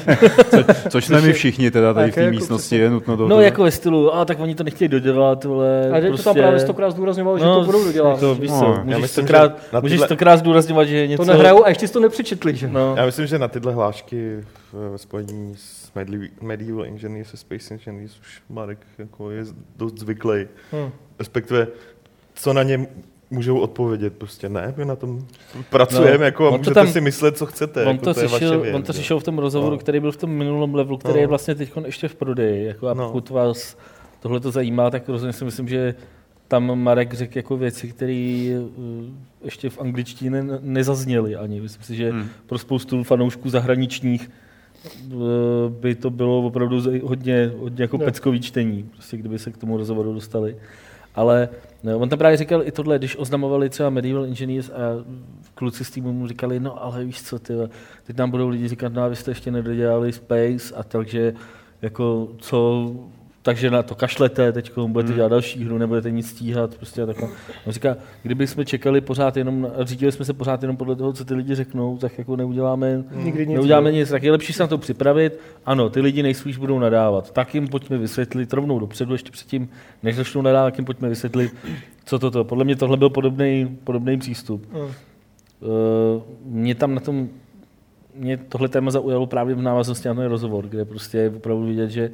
Což jsme my všichni teda tady v té místnosti je nutno do. No jako ve stylu, tak oni to nechtějí dodělat, ale a prostě... to tam právě 100krát zdůrazňoval, že to budou dodělat. To, víš co, můžeš 100krát zdůrazňovat, že je něco... To nehrajou a ještě to nepřečetli, že? No. Já myslím, že na tyhle hlášky ve spojení s Medieval Engineers a Space Engineers už Marek jako je dost zvyklý. Respektive co na ně můžou odpovědět, prostě ne, my na tom pracujeme, jako a můžete si myslet, co chcete. On to řešil v tom rozhovoru, který byl v tom minulém levelu, který je vlastně teď ještě v prodeji. Jako a pokud vás tohle to zajímá, tak rozhodně si myslím, že tam Marek řekl jako věci, které ještě v angličtině nezazněly ani. Myslím si, že pro spoustu fanoušků zahraničních by to bylo opravdu hodně jako peckový čtení, prostě kdyby se k tomu rozhovoru dostali. Ale on tam právě říkal i tohle, když oznamovali třeba Medieval Engineers a kluci s týmu mu říkali, no ale víš co, teď nám budou lidi říkat, no a vy jste ještě nedodělali Space a takže jako co, takže na to kašlete, teď budete dělat další hru, nebudete nic stíhat, prostě a takhle. On říká, kdyby jsme čekali pořád jenom, řídili jsme se pořád jenom podle toho, co ty lidi řeknou, tak jako neuděláme nic, tak je lepší se na to připravit. Ano, ty lidi nejspíš budou nadávat, tak jim pojďme vysvětlit rovnou dopředu, ještě předtím, než začnou nadávat, tak jim pojďme vysvětlit, co toto. Podle mě tohle byl podobný přístup. Mě tam na tom, mě tohle téma zaujalo právě v návaznosti na ten rozhovor, kde prostě je opravdu vidět, že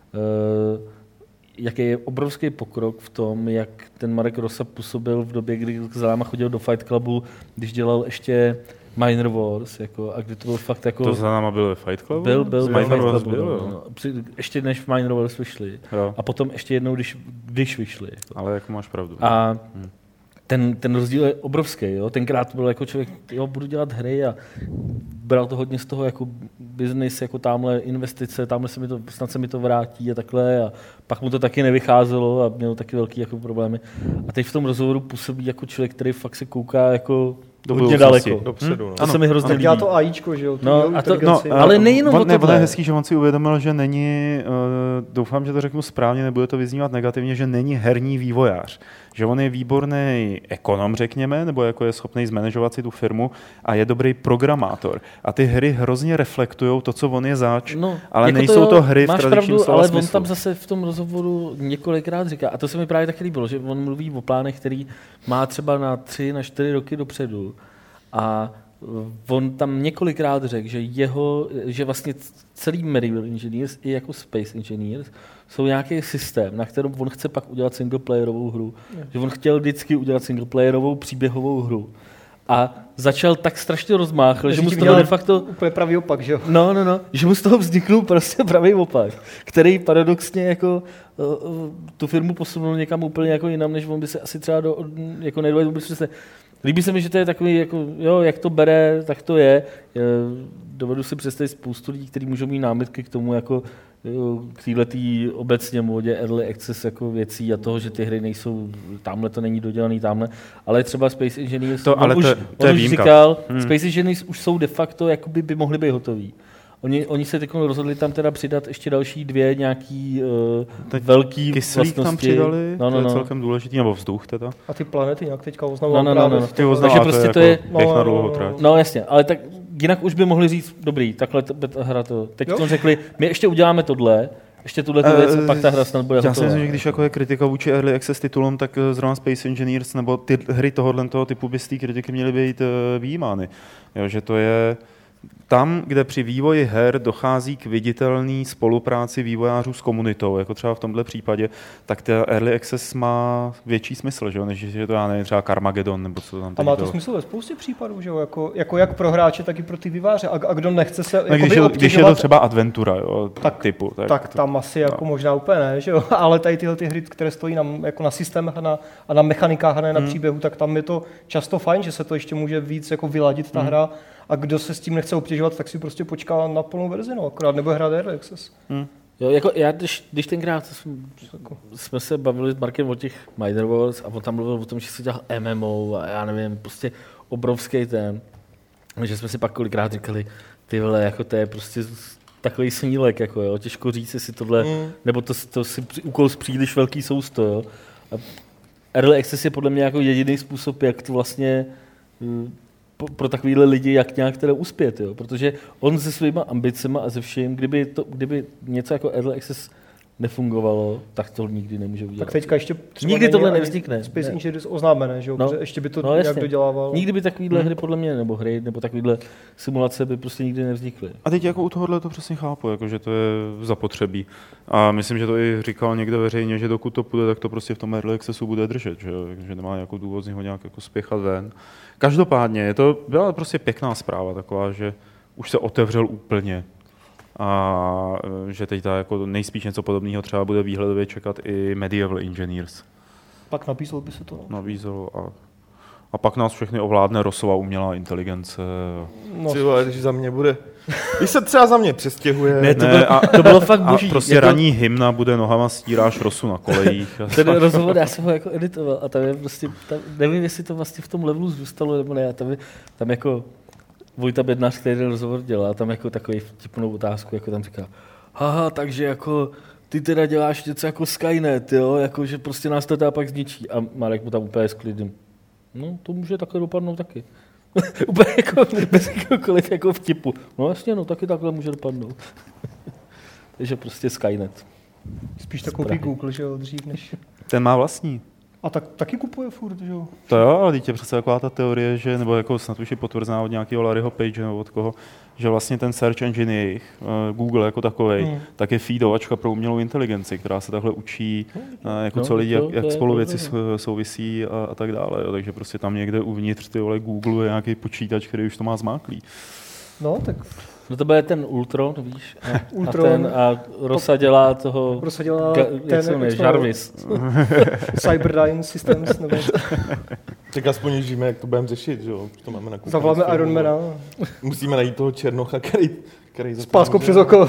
jaký je obrovský pokrok v tom, jak ten Marek Rosa působil v době, kdy za náma chodil do Fight Clubu, když dělal ještě Miner Wars, jako, a kdy to byl fakt jako... To za náma byl ve Fight Clubu? Byl Miner Wars byl. Ještě než v Miner Wars vyšli. Jo. A potom ještě jednou, když vyšli. Jako. Ale jako máš pravdu. A ten rozdíl je obrovský. Jo? Tenkrát to byl jako člověk, budu dělat hry a bral to hodně z toho jako business, jako tamhle investice, snad se mi to vrátí a takhle. A pak mu to taky nevycházelo a měl taky velký jako problémy. A teď v tom rozhovoru působí jako člověk, který fakt se kouká jako hodně daleko. Dopředu, no. To se mi hrozně líbí. Já to AIčko, že jo? Ale nejenom o tohle. On je hezký, že on si uvědomil, že není, doufám, že to řeknu správně, nebude to vyznívat negativně, že není herní vývojář. Že on je výborný ekonom, řekněme, nebo jako je schopný zmanažovat si tu firmu a je dobrý programátor. A ty hry hrozně reflektují to, co on je zač, ale jako nejsou to hry v tradičním slova smyslu. Ale on tam zase v tom rozhovoru několikrát říká, a to se mi právě taky líbilo, že on mluví o plánech, který má třeba na 3, na 4 roky dopředu a on tam několikrát řekl, že vlastně celý Medieval Engineers i jako Space Engineers jsou nějaký systém, na kterém on chce pak udělat singleplayerovou hru. Že on chtěl vždycky udělat singleplayerovou příběhovou hru. A začal tak strašně rozmáchl, že mu z toho de facto... Úplně pravý opak, že jo? No, že mu z toho vzniknul prostě pravý opak, který paradoxně jako tu firmu posunul někam úplně jako jinam, než on by se asi třeba jako nedovedl vůbec představit. Líbí se mi, že to je takový, jako, jo, jak to bere, tak to je. Dovedu si představit spoustu lidí, kteří můžou mít námitky k tomu, jako k téhletý obecně módě early access jako věcí a toho, že ty hry nejsou, tamhle to není dodělaný, tamhle, ale třeba Space Engineers, on už říkal, Space Engineers už jsou de facto, jakoby by mohli být hotoví. Oni se teď rozhodli tam teda přidat ještě další 2 nějaký velký kyslík vlastnosti. Tam přidali, to je celkem důležitý, nebo vzduch teda. A ty planety nějak teďka oznamovali. Takže prostě to je na dlouhou trať. No jasně, ale tak jinak už by mohli říct, dobrý, takhle hra to. Teď to řekli, my ještě uděláme tohle, ještě tuhle věc, pak ta hra snad bude hotová. Já si myslím, že když jako je kritika vůči Early Access titulům, tak zrovna Space Engineers nebo ty hry tohoto typu by z té kritiky měly být vyjímány. Jo, že to je tam, kde při vývoji her dochází k viditelné spolupráci vývojářů s komunitou, jako třeba v tomhle případě, tak ta Early Access má větší smysl, že jo, než že to já nevím, třeba Carmageddon, nebo co tam. A má to smysl ve spoustě případů, že jo, jako jak pro hráče, tak i pro ty vývojáře. A kdo nechce se když je to třeba adventura, jo, typu. Tak tam asi jako možná úplně ne, že jo, ale tady tyhle ty hry, které stojí jako na systémech a na mechanikách a ne na příběhu, tak tam je to často fajn, že se to ještě může víc jako vyladit ta hra. A kdo se s tím nechce obtěžovat, tak si prostě počká na plnou verzi, no, akorát nebo hrát Early Access. Jo, jako já, když tenkrát jsme se bavili s Markem o těch Miner Wars a on tam mluvil o tom, že se dělal MMO a já nevím, prostě obrovský ten, že jsme si pak kolikrát říkali, ty vole, jako to je prostě takový snílek, jako jo, těžko říct, jestli tohle, nebo to si úkol z příliš velký sousto, jo. A Early Access je podle mě jako jediný způsob, jak to vlastně pro takovýhle lidi, jak nějak teda uspět, jo? Protože on se svýma ambicema a se vším, kdyby něco jako Early Access nefungovalo, tak to nikdy nemůže udělat. Tak teďka ještě nikdy tohle nevznikne. Space Engineers oznámené, že jo? No, ještě by to nějak dodělával. Nikdy by takovýhle hry podle mě, nebo hry, nebo takovýhle simulace by prostě nikdy nevznikly. A teď jako u tohohle to přesně chápu, jako, že to je zapotřebí. A myslím, že to i říkal někde veřejně, že dokud to půjde, tak to prostě v tom Early Accessu bude držet, že nemá nějakou důvod z něho nějak jako spěchat ven. Každopádně byla prostě pěkná zpráva taková, že už se otevřel úplně a že teď jako nejspíš něco podobného třeba bude výhledově čekat i Medieval Engineers. Pak nabízelo by se to. Nabízelo a pak nás všechny ovládne Rossova umělá inteligence. No, když za mě bude... Když se třeba za mě přestěhuje... To bylo fakt boží. A prostě ranní hymna bude nohama stíráš Rossu na kolejích. Ten rozhovor, já jsem ho jako editoval a tam je prostě, nevím, jestli to vlastně v tom levelu zůstalo nebo ne, tam jako Vojta Bednář, který ten rozhovor dělá, tam jako takový vtipnou otázku, jako tam říká, haha, takže jako ty teda děláš něco jako Skynet, jo, jako že prostě nás to pak zničí. A Marek mu tam úplně s klidem, no to může takhle dopadnout taky. Úplně jako bez jakoukoliv jako vtipu. No jasně, no taky takhle může dopadnout. Takže prostě Skynet. Spíš to koupí Google, že jo, dřív než... Ten má vlastní. A taky kupuje furt, že jo? To jo, ale teď je přece taková ta teorie, že, nebo jako snad už je potvrzená od nějakého Larryho Page nebo od koho, že vlastně ten search engine jejich, Google jako takovej, tak je feedovačka pro umělou inteligenci, která se takhle učí, jako co lidi, jak spolu věci souvisí a tak dále. Jo. Takže prostě tam někde uvnitř Google je nějaký počítač, který už to má zmáklý. No, tak... No to bude ten Ultron, víš? A Rosa dělá toho... Rosa dělá Jarvis. Cyberdyne Systems. Nebo... Tak aspoň žijeme, jak to budeme řešit, že jo? To máme nakoukané. Zavoláme Ironmana. Musíme najít toho Černocha, který s páskou přes oko.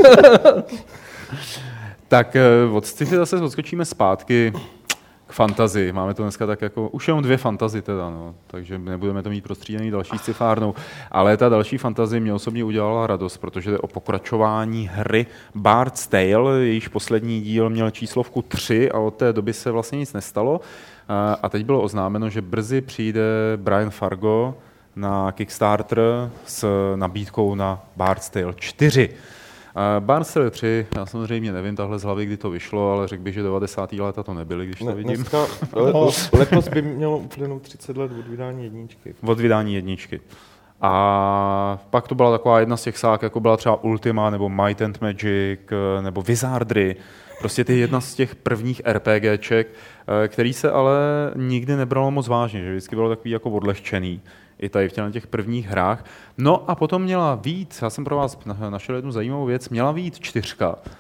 Tak od sci-fi zase odskočíme zpátky k fantazii. Máme to dneska tak jako, už jenom 2 fantasy teda, no, takže nebudeme to mít prostřídený další sci-fárnou, ale ta další fantasy mě osobně udělala radost, protože jde o pokračování hry Bard's Tale, jejíž poslední díl měl číslovku 3 a od té doby se vlastně nic nestalo a teď bylo oznámeno, že brzy přijde Brian Fargo na Kickstarter s nabídkou na Bard's Tale 4. Bard's Tale 3, já samozřejmě nevím tahle z hlavy, kdy to vyšlo, ale řekl bych, že 90. léta to nebyly, když to vidím. Letos by mělo uplynout 30 let od vydání jedničky. Od vydání jedničky. A pak to byla taková jedna z těch sák, jako byla třeba Ultima, nebo Might and Magic, nebo Wizardry. Prostě ty jedna z těch prvních RPGček, který se ale nikdy nebralo moc vážně, že vždycky bylo takový jako odlehčený. i tady v těch prvních hrách. No a potom měla víc, já jsem pro vás našel jednu zajímavou věc, měla víc 4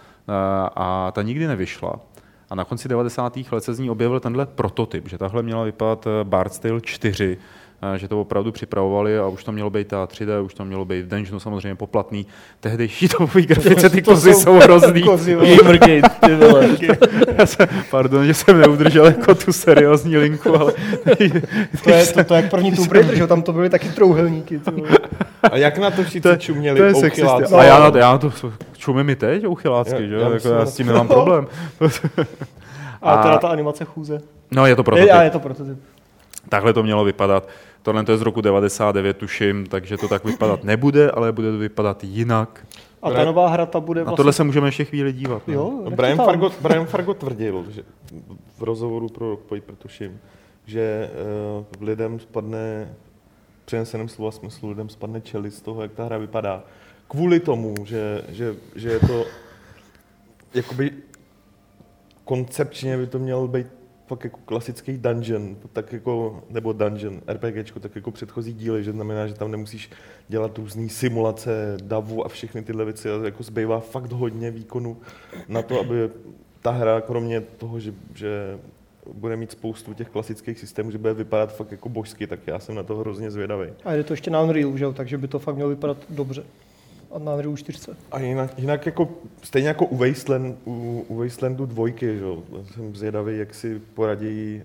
a ta nikdy nevyšla. A na konci 90. let se z ní objevil tenhle prototyp, že tahle měla vypadat Bard's Tale 4, že to opravdu připravovali a už to mělo být ta 3D, už to mělo být v dungeonu samozřejmě poplatný. Tehdejší topový grafice, ty kozy jsou hrozný. Gamergate, ty vole. Pardon, že jsem neudržel jako tu seriózní linku, ale... To jak první Tomb Raider, že tam to byly taky trouhelníky. A jak na to všichni čuměli uchyláci? A já na to čumím i teď uchylácky, že? Já s tím nemám problém. A teda ta animace chůze. No, je to prototyp. Je to prototyp. Takhle to mělo vypadat. Tohle to je z roku 99, tuším, takže to tak vypadat nebude, ale bude to vypadat jinak. A ta nová hra, ta bude vlastně... Na tohle se můžeme ještě chvíli dívat. Ne? Jo, Brian Fargo tvrdil, že v rozhovoru pro Rock Paper, tuším, že lidem spadne, v přeneseném slova smyslu, lidem spadne čelist z toho, jak ta hra vypadá. Kvůli tomu, že je to jakoby koncepčně by to mělo být fakt jako klasický dungeon, tak jako, nebo dungeon, RPGčko, tak jako předchozí díly, že znamená, že tam nemusíš dělat různý simulace davu a všechny tyhle věci, ale jako zbývá fakt hodně výkonu na to, aby ta hra, kromě toho, že bude mít spoustu těch klasických systémů, že bude vypadat fakt jako božsky, tak já jsem na to hrozně zvědavý. A je to ještě na Unreal, že jo, takže by to fakt mělo vypadat dobře. A na Unreal 4. A jinak jako, stejně jako u Wastelandu 2, že jo, jsem zvědavý, jak si poradí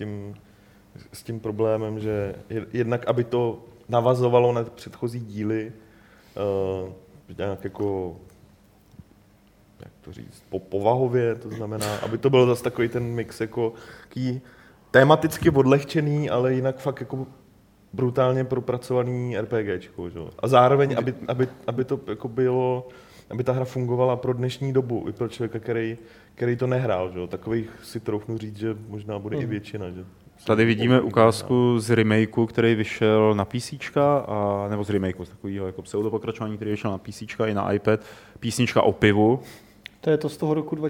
s tím problémem, že jednak, aby to navazovalo na předchozí díly, nějak jako, jak to říct, povahově, to znamená, aby to byl zase takový ten mix jako tematicky odlehčený, ale jinak fakt jako brutálně propracovaný RPGčko, že? A zároveň, aby to jako bylo, aby ta hra fungovala pro dnešní dobu, i pro člověka, který to nehrál, že? Takových si troufnu říct, že možná bude i většina, že? Tady vidíme ukázku z remakeu, který vyšel na PC, nebo z remakeu, z takového jako pseudopokračování, který vyšel na PC i na iPad, písnička o pivu. To je to z toho roku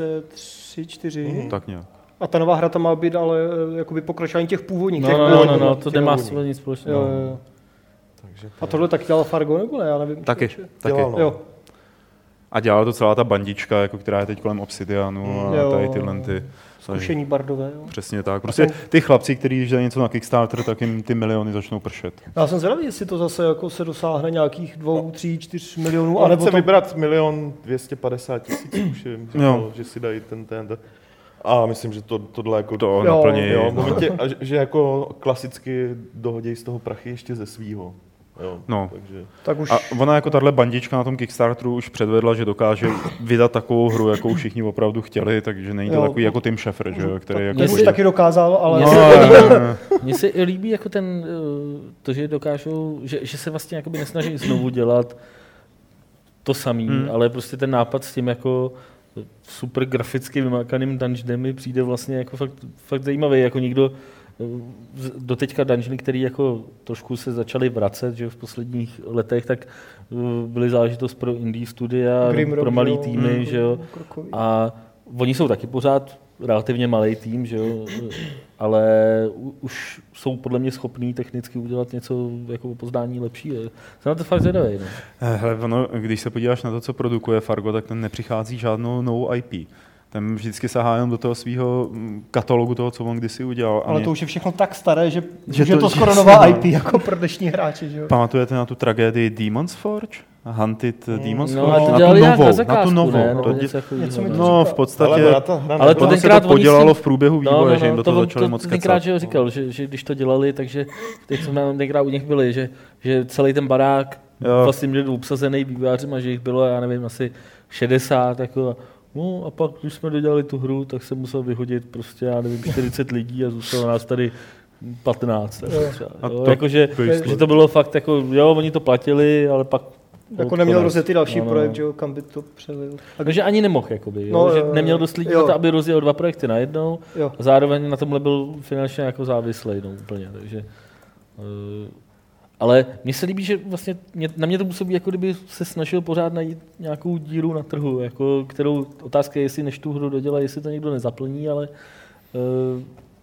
2003-2004. Tak nějak. A ta nová hra tam má být ale jakoby pokračování těch původních. No, to nemá nic společného. Jo. A tohle taky dělal Fargo, nebo ne? Já nevím. Taky. Jo. A dělala to celá ta bandička, jako která je teď kolem Obsidianu a tady tyhle ty... Zkušení bardové. Jo. Přesně tak. Prostě ty chlapci, kteří když dají něco na Kickstarter, tak jim ty miliony začnou pršet. Já jsem zvědavý, jestli to zase jako se dosáhne nějakých 2, 3, 4 milionů. A nebo se vybrat 1 250 000, už je, že si dají ten. A myslím, že tohle jako to naplní. Jo, v momentě, že jako klasicky dohodí z toho prachy ještě ze svýho. Jo, no. Takže. Tak už... A ona jako tahle bandička na tom Kickstarteru už předvedla, že dokáže vydat takovou hru, jakou všichni opravdu chtěli, takže není to takový jako Tim Schafer, že, který jako... už taky dokázal, ale... Mně se líbí jako to, že dokážou, že se vlastně jakoby nesnaží znovu dělat to samý, ale prostě ten nápad s tím jako super graficky vymákaným dungeonem mi přijde vlastně jako fakt zajímavý, jako nikdo doteďka dungeony, který jako trošku se začaly vracet, že v posledních letech, tak byly záležitost pro indie studia, pro malý týmy, že jo. A oni jsou taky pořád relativně malý tým, že jo, ale už jsou podle mě schopní technicky udělat něco jako poznání lepší. Jsem na to fakt zvědavý. No. Hele, když se podíváš na to, co produkuje Fargo, tak ten nepřichází žádnou novou IP. Ten vždycky sahá jenom do toho svého katalogu toho, co on kdysi udělal. Ale to už je všechno tak staré, že je to skoro nová IP jako pro dnešní hráče. Že jo? Pamatujete na tu tragédii Demon's Forge? Hunted Demon's Forge? No, to dělali na tu novou. Ne? No, v podstatě, ale to tenkrát se to podělalo v průběhu vývoje, že jim do toho začali moc kecat. Tenkrát, že říkal, že když to dělali, takže teď jsme tenkrát u nich byli, že celý ten barák vlastně měl obsazený vývojářem a že jich bylo, já nevím, asi 60, jako. No a pak, když jsme dodělali tu hru, tak jsem musel vyhodit prostě, já nevím, 40 lidí a zůstalo nás tady 15. Jakože, že to bylo fakt jako, jo, oni to platili, ale pak... Jako neměl rozjetý další projekt, že jo, kam by to přelil. Takže ani nemohl, jakoby, že neměl dost lidí na to, aby rozjel 2 projekty najednou a zároveň na tomhle byl finančně jako závislý, no úplně, takže... Ale mně se líbí, že vlastně na mě to působí, jako kdyby se snažil pořád najít nějakou díru na trhu, jako kterou otázka je, jestli než tu hru dodělá, jestli to někdo nezaplní, ale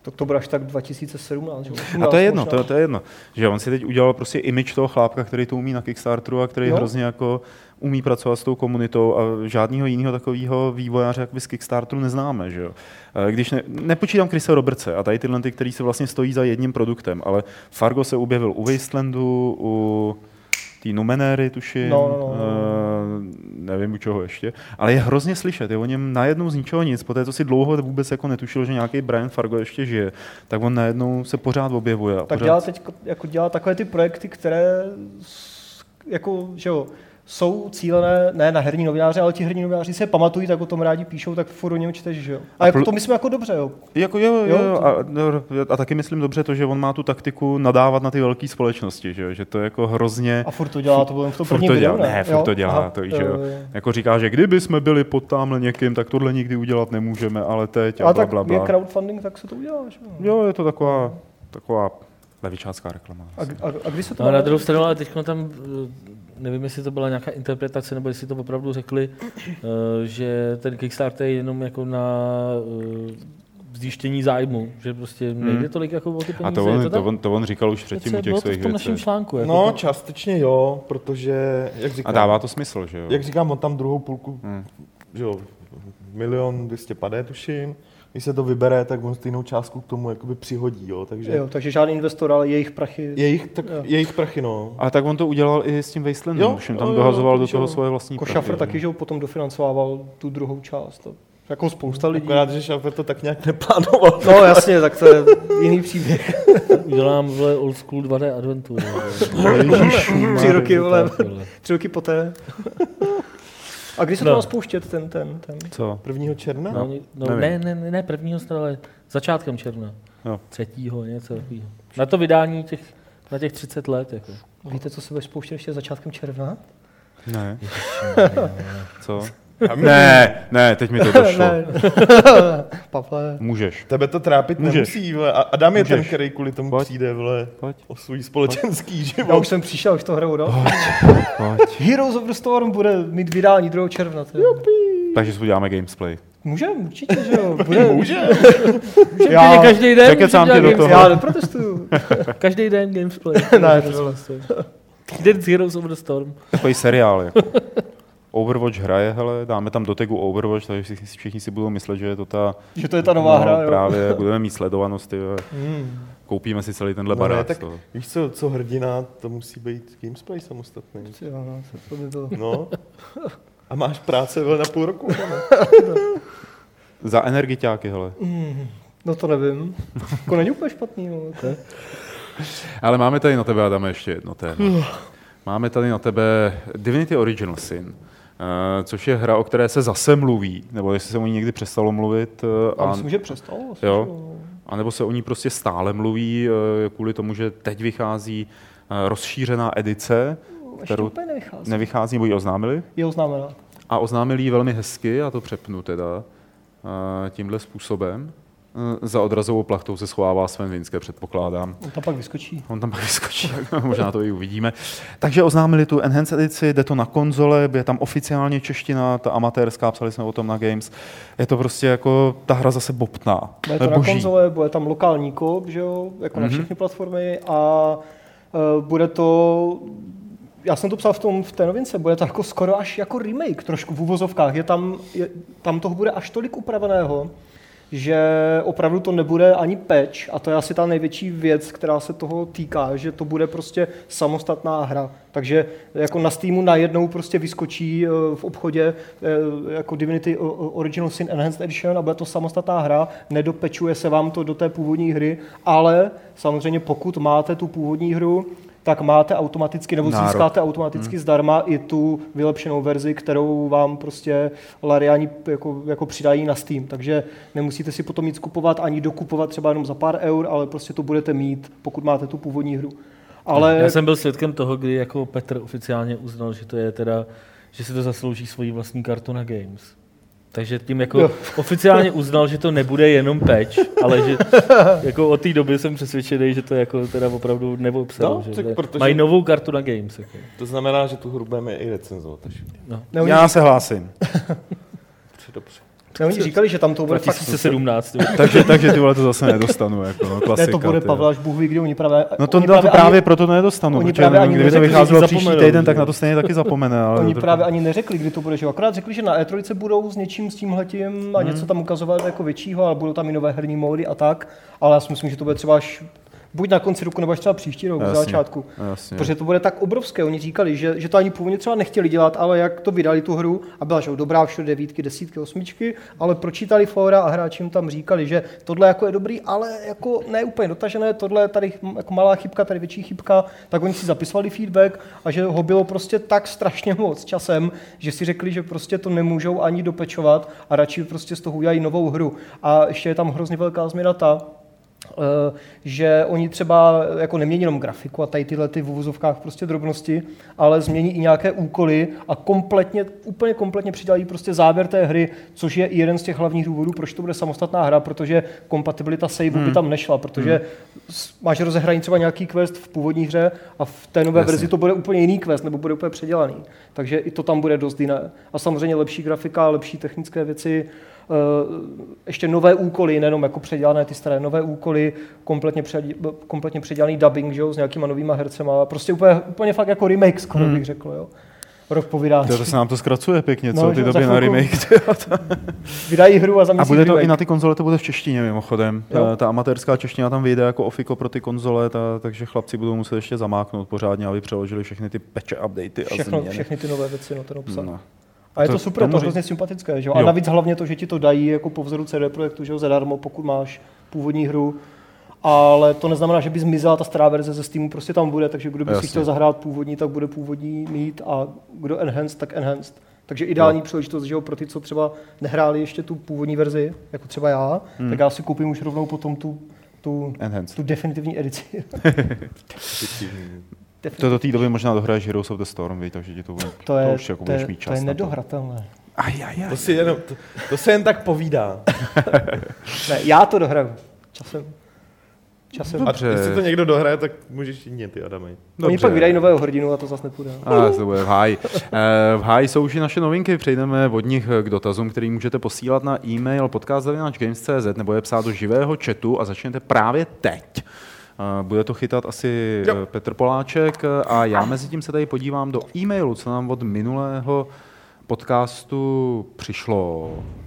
To bude až tak 2017. A to je jedno, to je jedno. Že on si teď udělal prostě image toho chlápka, který to umí na Kickstarteru a který hrozně jako umí pracovat s tou komunitou a žádného jiného takového vývojáře jak z Kickstarteru neznáme. Že jo? Když nepočítám Chrise Robertse a tady tyhle, který se vlastně stojí za jedním produktem, ale Fargo se objevil u Wastelandu, u tý Numenéry, tuším, nevím u čeho ještě, ale je hrozně slyšet, je o něm najednou z ničeho nic, poté, co si dlouho vůbec jako netušil, že nějaký Brian Fargo ještě žije, tak on najednou se pořád objevuje. Tak dělá takové ty projekty, které jako, že jo, jsou cílené ne na herní novináře, ale ti herní novináři se pamatují, tak o tom rádi píšou, tak furt o něm čteš, že jo. A jako to myslím jako dobře, jo. Jako jo. A taky myslím dobře to, že on má tu taktiku nadávat na ty velké společnosti, že to je jako hrozně. A furt to dělá, to bylo v tom prvním videu, ne? Furt to dělá, to že jo. Jako říká, že kdyby jsme byli pod tamhle někým, tak tohle nikdy udělat nemůžeme, ale teď a blablabla. Tak je crowdfunding, tak se to udělá, že jo. Jo, je to taková levičácká reklama. A kdy se to na druhou stranu, ale teď tam, nevím, jestli to byla nějaká interpretace, nebo jestli to opravdu řekli, že ten Kickstarter je jenom jako na zjištění zájmu, že prostě nejde tolik jako o ty peníze. A to on říkal už předtím u těch svých věcí. v tom našem článku. Jako no, částečně jo, protože, jak říkám... A dává to smysl, že jo? Jak říkám, on tam druhou půlku, že jo, 1 250 000 tuším. Když se to vybere, tak on stejnou částku k tomu jakoby přihodí, jo, takže žádný investor, ale jejich prachy. Jejich prachy, no. A tak on to udělal i s tím Wastelandem, všem tam dohazoval do toho svoje vlastní prachy. Schaffer taky, že ho potom dofinancovával tu druhou část. Jako spousta lidí. Akorát, že Schaffer to tak nějak neplánoval. No jasně, tak to je jiný příběh. Udělám old school 2D adventuru. 3 roky poté. A kdy se to má spouštět ten? Co? 1. června? Ne 1. ale začátkem června. Jo. 3. něco takového. Na to vydání na těch 30 let. Jako. Víte, co se bude spouštět ještě začátkem června? Ne. Co? Ne, teď mi to došlo. Pavle. Můžeš. Tebe to trápit nemusí, vle. Adam je ten, který kvůli tomu přijde, vle, o svůj společenský život. Já už jsem přišel, už to hraju, no? Pojď. Heroes of the Storm bude mít vydání 2. června. Takže si uděláme gamesplay. Můžeme, určitě, že jo. Může. Já každý den já neprotestuju. Každý den gamesplay. Ne, Týden z Heroes of the Storm. Takový seriál, jako. Overwatch hraje, hele, dáme tam do tagu Overwatch, takže všichni si budou myslet, že je to ta... Že to je ta nová hra, jo. Právě, budeme mít sledovanost, koupíme si celý tenhle barák. Tak víš co hrdina, to musí být gamesplay samostatný. To by bylo. No. A máš práce na půl roku, ne? Za energiťáky, hele. No to nevím. Jako není úplně špatný, no. Ale máme tady na tebe, Adame, ještě jedno téma. Máme tady na tebe Divinity Original Sin, což je hra, o které se zase mluví, nebo jestli se o ní někdy přestalo mluvit. A myslím, že přestalo. A nebo se o ní prostě stále mluví, kvůli tomu, že teď vychází rozšířená edice, kterou nevychází, nebo ji oznámili? Je oznámena. A oznámili ji velmi hezky, já to přepnu teda tímhle způsobem. Za odrazovou plachtou se schovává Sven Vinské, předpokládám. On tam pak vyskočí. Možná to i uvidíme. Takže oznámili tu Enhanced edici, jde to na konzole, je tam oficiálně čeština, ta amatérská, psali jsme o tom na Games. Je to prostě jako ta hra zase bobtná. Bude to na konzole, bude tam lokální koop, že jo, jako na všechny platformy a bude to... Já jsem to psal v té novince, bude to jako skoro až jako remake, trošku v uvozovkách. Tam toho bude až tolik upraveného, že opravdu to nebude ani patch a to je asi ta největší věc, která se toho týká, že to bude prostě samostatná hra. Takže jako na Steamu najednou prostě vyskočí v obchodě jako Divinity Original Sin Enhanced Edition a bude to samostatná hra, nedopečuje se vám to do té původní hry, ale samozřejmě pokud máte tu původní hru, tak máte automaticky, nebo získáte automaticky zdarma i tu vylepšenou verzi, kterou vám prostě Lariani jako přidají na Steam. Takže nemusíte si potom nic kupovat, ani dokupovat třeba jenom za pár eur, ale prostě to budete mít, pokud máte tu původní hru. Ale... Já jsem byl svědkem toho, kdy jako Petr oficiálně uznal, že to je teda, že si to zaslouží svoji vlastní kartu na Games. Takže tím jako oficiálně uznal, že to nebude jenom patch, ale že jako od té doby jsem přesvědčený, že to jako teda opravdu neobsahuje. Mají novou kartu na Games. Jako. To znamená, že tu hru budeme i recenzovat. No. Já se hlásím. Dobře. Oni říkali, že tam to bude 2017. takže ty vole to zase nedostanu, jako no, klasika. Ne, to bude Pavla, až Bůh ví, kdy oni právě... No to právě proto nedostanu, protože kdyby to vycházelo příští týden, tak na to stejně taky zapomene. Ale oni právě ani neřekli, kdy to bude, že akorát řekli, že na E3 budou s něčím s tímhletím a něco tam ukazovat jako většího, ale budou tam i nové herní módy a tak, ale já si myslím, že to bude třeba až buď na konci roku, nebo až třeba příští rok, v začátku. Jasně. Protože to bude tak obrovské. Oni říkali, že to ani původně třeba nechtěli dělat, ale jak to vydali tu hru a byla, že dobrá, všude 9, 10, 8, ale pročítali fóra a hráči jim tam říkali, že tohle jako je dobrý, ale jako ne úplně dotažené, tohle je tady jako malá chybka, tady větší chybka, tak oni si zapisovali feedback a že ho bylo prostě tak strašně moc časem, že si řekli, že prostě to nemůžou ani dopečovat a radši prostě z toho udělají novou hru. A ještě je tam hrozně velká změna ta, že oni třeba jako nemění jenom grafiku a tady tyhle ty v uvozovkách prostě drobnosti, ale změní i nějaké úkoly a úplně kompletně přidělají prostě závěr té hry, což je i jeden z těch hlavních důvodů, proč to bude samostatná hra, protože kompatibilita saveu by tam nešla, protože máš rozehraný třeba nějaký quest v původní hře a v té nové verzi to bude úplně jiný quest nebo bude úplně předělaný. Takže i to tam bude dost jiné. A samozřejmě lepší grafika, lepší technické věci, ještě nové úkoly, nejenom jako předělané ty staré, nové úkoly, kompletně předělaný dubbing, že jo, s nějakýma novýma hercema, prostě úplně fakt jako remake, skoro bych řekl, jo. Rok po vydání. To se nám to zkracuje pěkně, co ty doby na remake. Vydají hru a za měsíc a bude to remake. I na ty konzole, to bude v češtině mimochodem. Ta amatérská čeština tam vyjde jako ofiko pro ty konzole, takže chlapci budou muset ještě zamáknout pořádně, aby přeložili všechny ty patche, updaty a změny. Všechny ty nové věci, ten obsah. No. A je to super, to hrozně sympatické, že jo? A navíc hlavně to, že ti to dají jako po vzoru CD Projektu, že jo, zadarmo, pokud máš původní hru. Ale to neznamená, že by zmizela ta stará verze ze Steamu, prostě tam bude, takže kdo by si chtěl zahrát původní, tak bude původní mít a kdo enhanced, tak enhanced. Takže ideální příležitost, že jo, pro ty, co třeba nehráli ještě tu původní verzi, jako třeba já, tak já si koupím už rovnou potom tu definitivní edici. To do té doby možná dohraješ Heroes of the Storm, takže ti to už jako budeš mít čas. To je nedohratelné. To se jen tak povídá. Ne, já to dohraju. Časem. Dobře. A jestli to někdo dohraje, tak můžeš jině ty, Adamy. Oni pak vydají nového hrdinu a to zase nepůjde. To bude v háji. V háji jsou už i naše novinky, přejdeme od nich k dotazům, který můžete posílat na e-mail podcast@games.cz nebo je psát do živého chatu a začněte právě teď. Bude to chytat asi Petr Poláček a já mezi tím se tady podívám do e-mailu, co nám od minulého podcastu přišlo.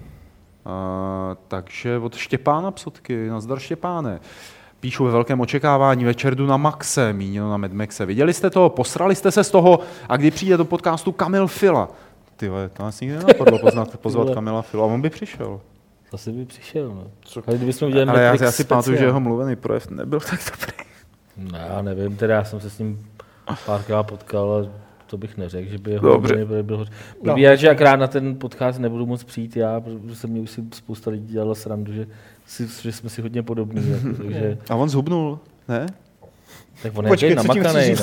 Takže od Štěpána Psotky. Nazdar, Štěpáne. Píšu: ve velkém očekávání, večer jdu na Maxe, míněno na Mad Maxe. Viděli jste to, posrali jste se z toho a kdy přijde do podcastu Kamil Fila? Tyhle, to nás nikdy nenapadlo pozvat Kamila Fila, a on by přišel. Zase by přišel, no. Ale já si pamatuju, že jeho mluvený projev nebyl tak dobrý. Ne, já nevím, teda já jsem se s ním párkrát potkal, ale to bych neřekl, že by jeho mluvený byl hoř. Blbý, že akrát na ten podcast nebudu moc přijít já, protože se mě už si spousta lidí dělala srandu, že jsme si hodně podobní. Jako, takže... A on zhubnul, ne? Tak on je namakanej.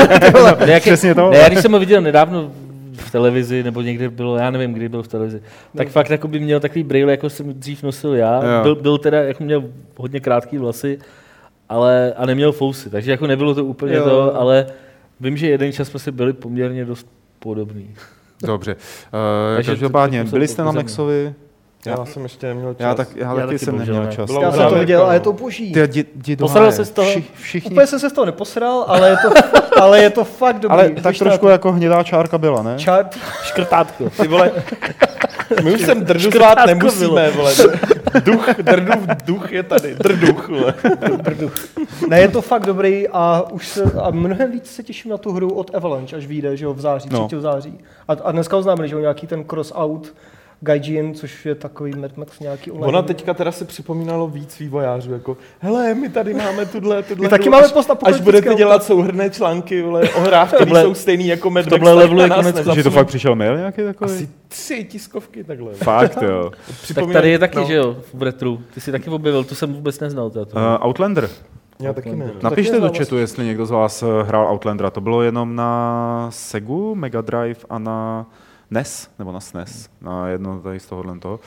Ne, když jsem ho viděl nedávno v televizi, nebo někde bylo, já nevím, kdy byl v televizi, tak fakt jako by měl takový brýle, jako jsem dřív nosil já. Byl teda, jako měl hodně krátký vlasy, a neměl fousy, takže jako nebylo to úplně to, ale vím, že jeden čas jsme si byli poměrně dost podobný. Dobře. Každopádně, byli jste na Nexovi? Já jsem ještě neměl čas. Já taky jsem neměl čas. Já jsem to viděl a je to boží. Posral se z toho? Úplně jsem se z toho neposral, ale je to fakt dobrý. Ale tak trošku jako hnědá čárka byla, ne? Škrtátko. Ty vole, my už sem drdu zvát nemusíme, vole. Drdův duch je tady. Drduch, vole. Ne, je to fakt dobrý a mnohem víc se těším na tu hru od Avalanche, až vyjde, že jo, v září, 3. září. A dneska oznámili, že jo, nějaký ten cross-out Gaijin, což je takový Mad Max nějaký online. Ona teďka teda se připomínalo víc vývojářů, jako hele, my tady máme tuhle my taky máme až budete dělat souhrnné články, vole, o hrách, které jsou stejný jako Mad Max. V tomhle levelu je konec. Že to fakt přišel mail nějaký takový? Asi 3 tiskovky takhle. Fakt, jo. Tak tady je taky, že jo, v retru. Ty jsi taky objevil, tu jsem vůbec neznal. Outlander. Já taky ne. Napište do chatu, jestli někdo z vás hrál Outlandera. To bylo jenom na Segu, Mega Drive a na NES, nebo na SNES, na jedno tady z tohohle toho.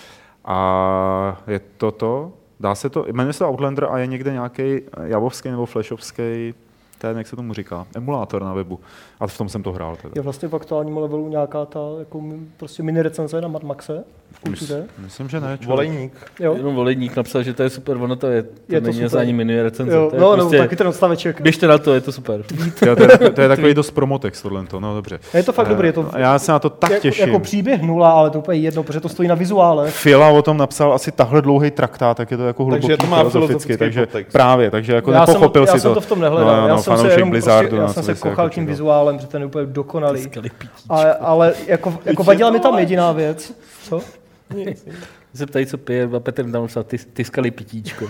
A je to, dá se to, jmenuje se to Outlander a je někde nějaký javovský nebo flashovský, ten, jak se tomu říká, emulátor na webu. A v tom jsem to hrál. Teda. Je vlastně v aktuálním levelu nějaká ta jako prostě mini recenze na Mad Maxe. Myslím, že ne. Volejník. Jenom Volejník napsal, že to je super, ono to je není ani mini recenze. No, prostě, taky ten odstaveček. Běžte na to, je to super. To je takový dost promotext tohle, no dobře. Je to fakt dobrý. Já se na to tak těším. Jako příběh nula, ale to úplně jedno, protože to stojí na vizuále. Fila o tom napsal asi tahle dlouhý traktát, tak je to jako hluboký filozoficky, takže právě, takže jako nepochopil si to. Já jsem to v tom nehledal. Já jsem se kochal tím vizuálem, protože ten je úplně dokonalý. Ale jako vadila mi tam jediná věc. Co? Se ptají, co pije, a Petr tam napsal, ty skali pitíčko.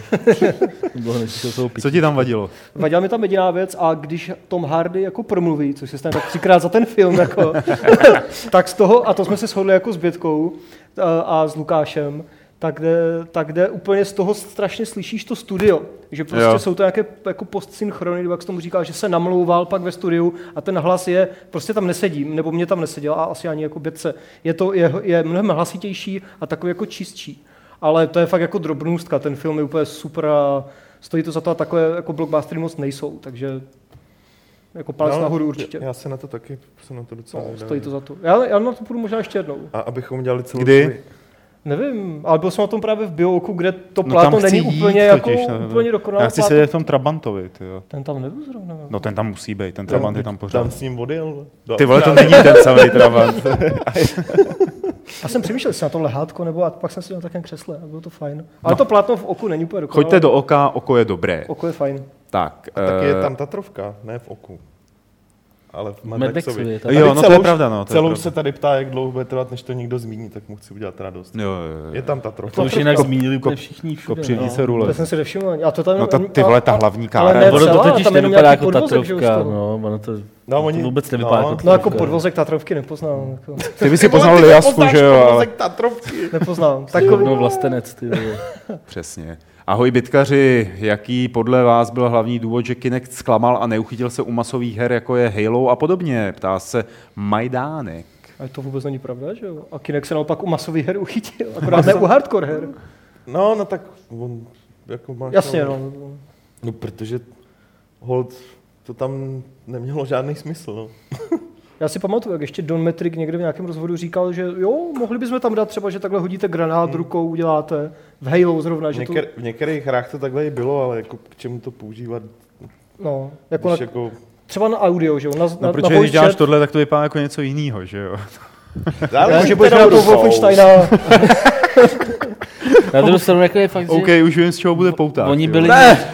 Co ti tam vadilo? Vadila mi tam jediná věc a když Tom Hardy jako promluví, což se stane tak 3krát za ten film, jako, tak z toho, a to jsme se shodli jako s Bětkou a s Lukášem, tak jde úplně z toho strašně slyšíš to studio, že prostě jsou to nějaké jako postsynchrony, nebo jak se tomu říká, že se namlouval pak ve studiu a ten hlas je, prostě tam nesedím, nebo mě tam neseděl a asi ani jako Bětce. Je mnohem hlasitější a takový jako čistší. Ale to je fakt jako drobnůstka, ten film je úplně super a stojí to za to a takové jako blockbustery moc nejsou, takže jako palec nahoru určitě. Já se na to taky, docela stojí to za to. Já na to půjdu možná ještě jednou. A abychom dělali celou Nevím, ale byl jsem na tom právě v Biooku, kde to plátno není úplně jako úplně dokonalé. Já chci sedět v tom Trabantovi, tyjo. Ten tam nebyl zrovna. No ten tam musí být, ten Trabant je tam pořád. Tam s ním odjel. Ty vole, to není ten samý Trabant. Já jsem přemýšlel, jestli na to lehátko, nebo a pak jsem si na takém křesle a bylo to fajn. Ale to plátno v oku není úplně dokonalé. Choďte do oka, oko je dobré. Oko je fajn. Tak. A taky je tam Tatrovka, ne v oku. Ale v Mad Maxovi. Jo, no to je pravda, no. Celou se tady ptá, jak dlouho bude trvat, než to někdo zmíní, tak mu chci udělat radost. Jo. Je tam ta trocha. To už jinak zmínili úplně všichni všude. Kopřivnice rule. To jsem si nevšiml. A to tam, no ty vole, ta hlavní kára. Ale ono to totiž nevypadá jako Tatrovka, no, ono to vůbec nevypadá jako Tatrovka. No jako podvozek Tatrovky nepoznám. Ty by si poznal Liasku, že jo? Podvozek Tatrovky. Nepoznám. No vlastenec, ty vole. Přesně. Ahoj bytkaři, jaký podle vás byl hlavní důvod, že Kinect zklamal a neuchytil se u masových her, jako je Halo a podobně? Ptá se Majdánek. Ale to vůbec není pravda, že jo? A Kinect se naopak u masových her uchytil, akorát ne u hardcore her. No tak on jako máš... Jasně, no. No protože hold, to tam nemělo žádný smysl, no. Já si pamatuju, jak ještě Don Metric někde v nějakém rozhovoru říkal, že jo, mohli bychom tam dát třeba, že takhle hodíte granát rukou, uděláte v Halo zrovna. Že v některých hrách to takhle i bylo, ale jako k čemu to používat? No, jako třeba na audio, že jo? No, protože když děláš tohle, tak to vypadá jako něco jiného, že jo? Ale že budeš hrát toho Wolfensteina. Na druhou stranu jako je fakt, OK, už vím, z čeho bude pouták. Oni byli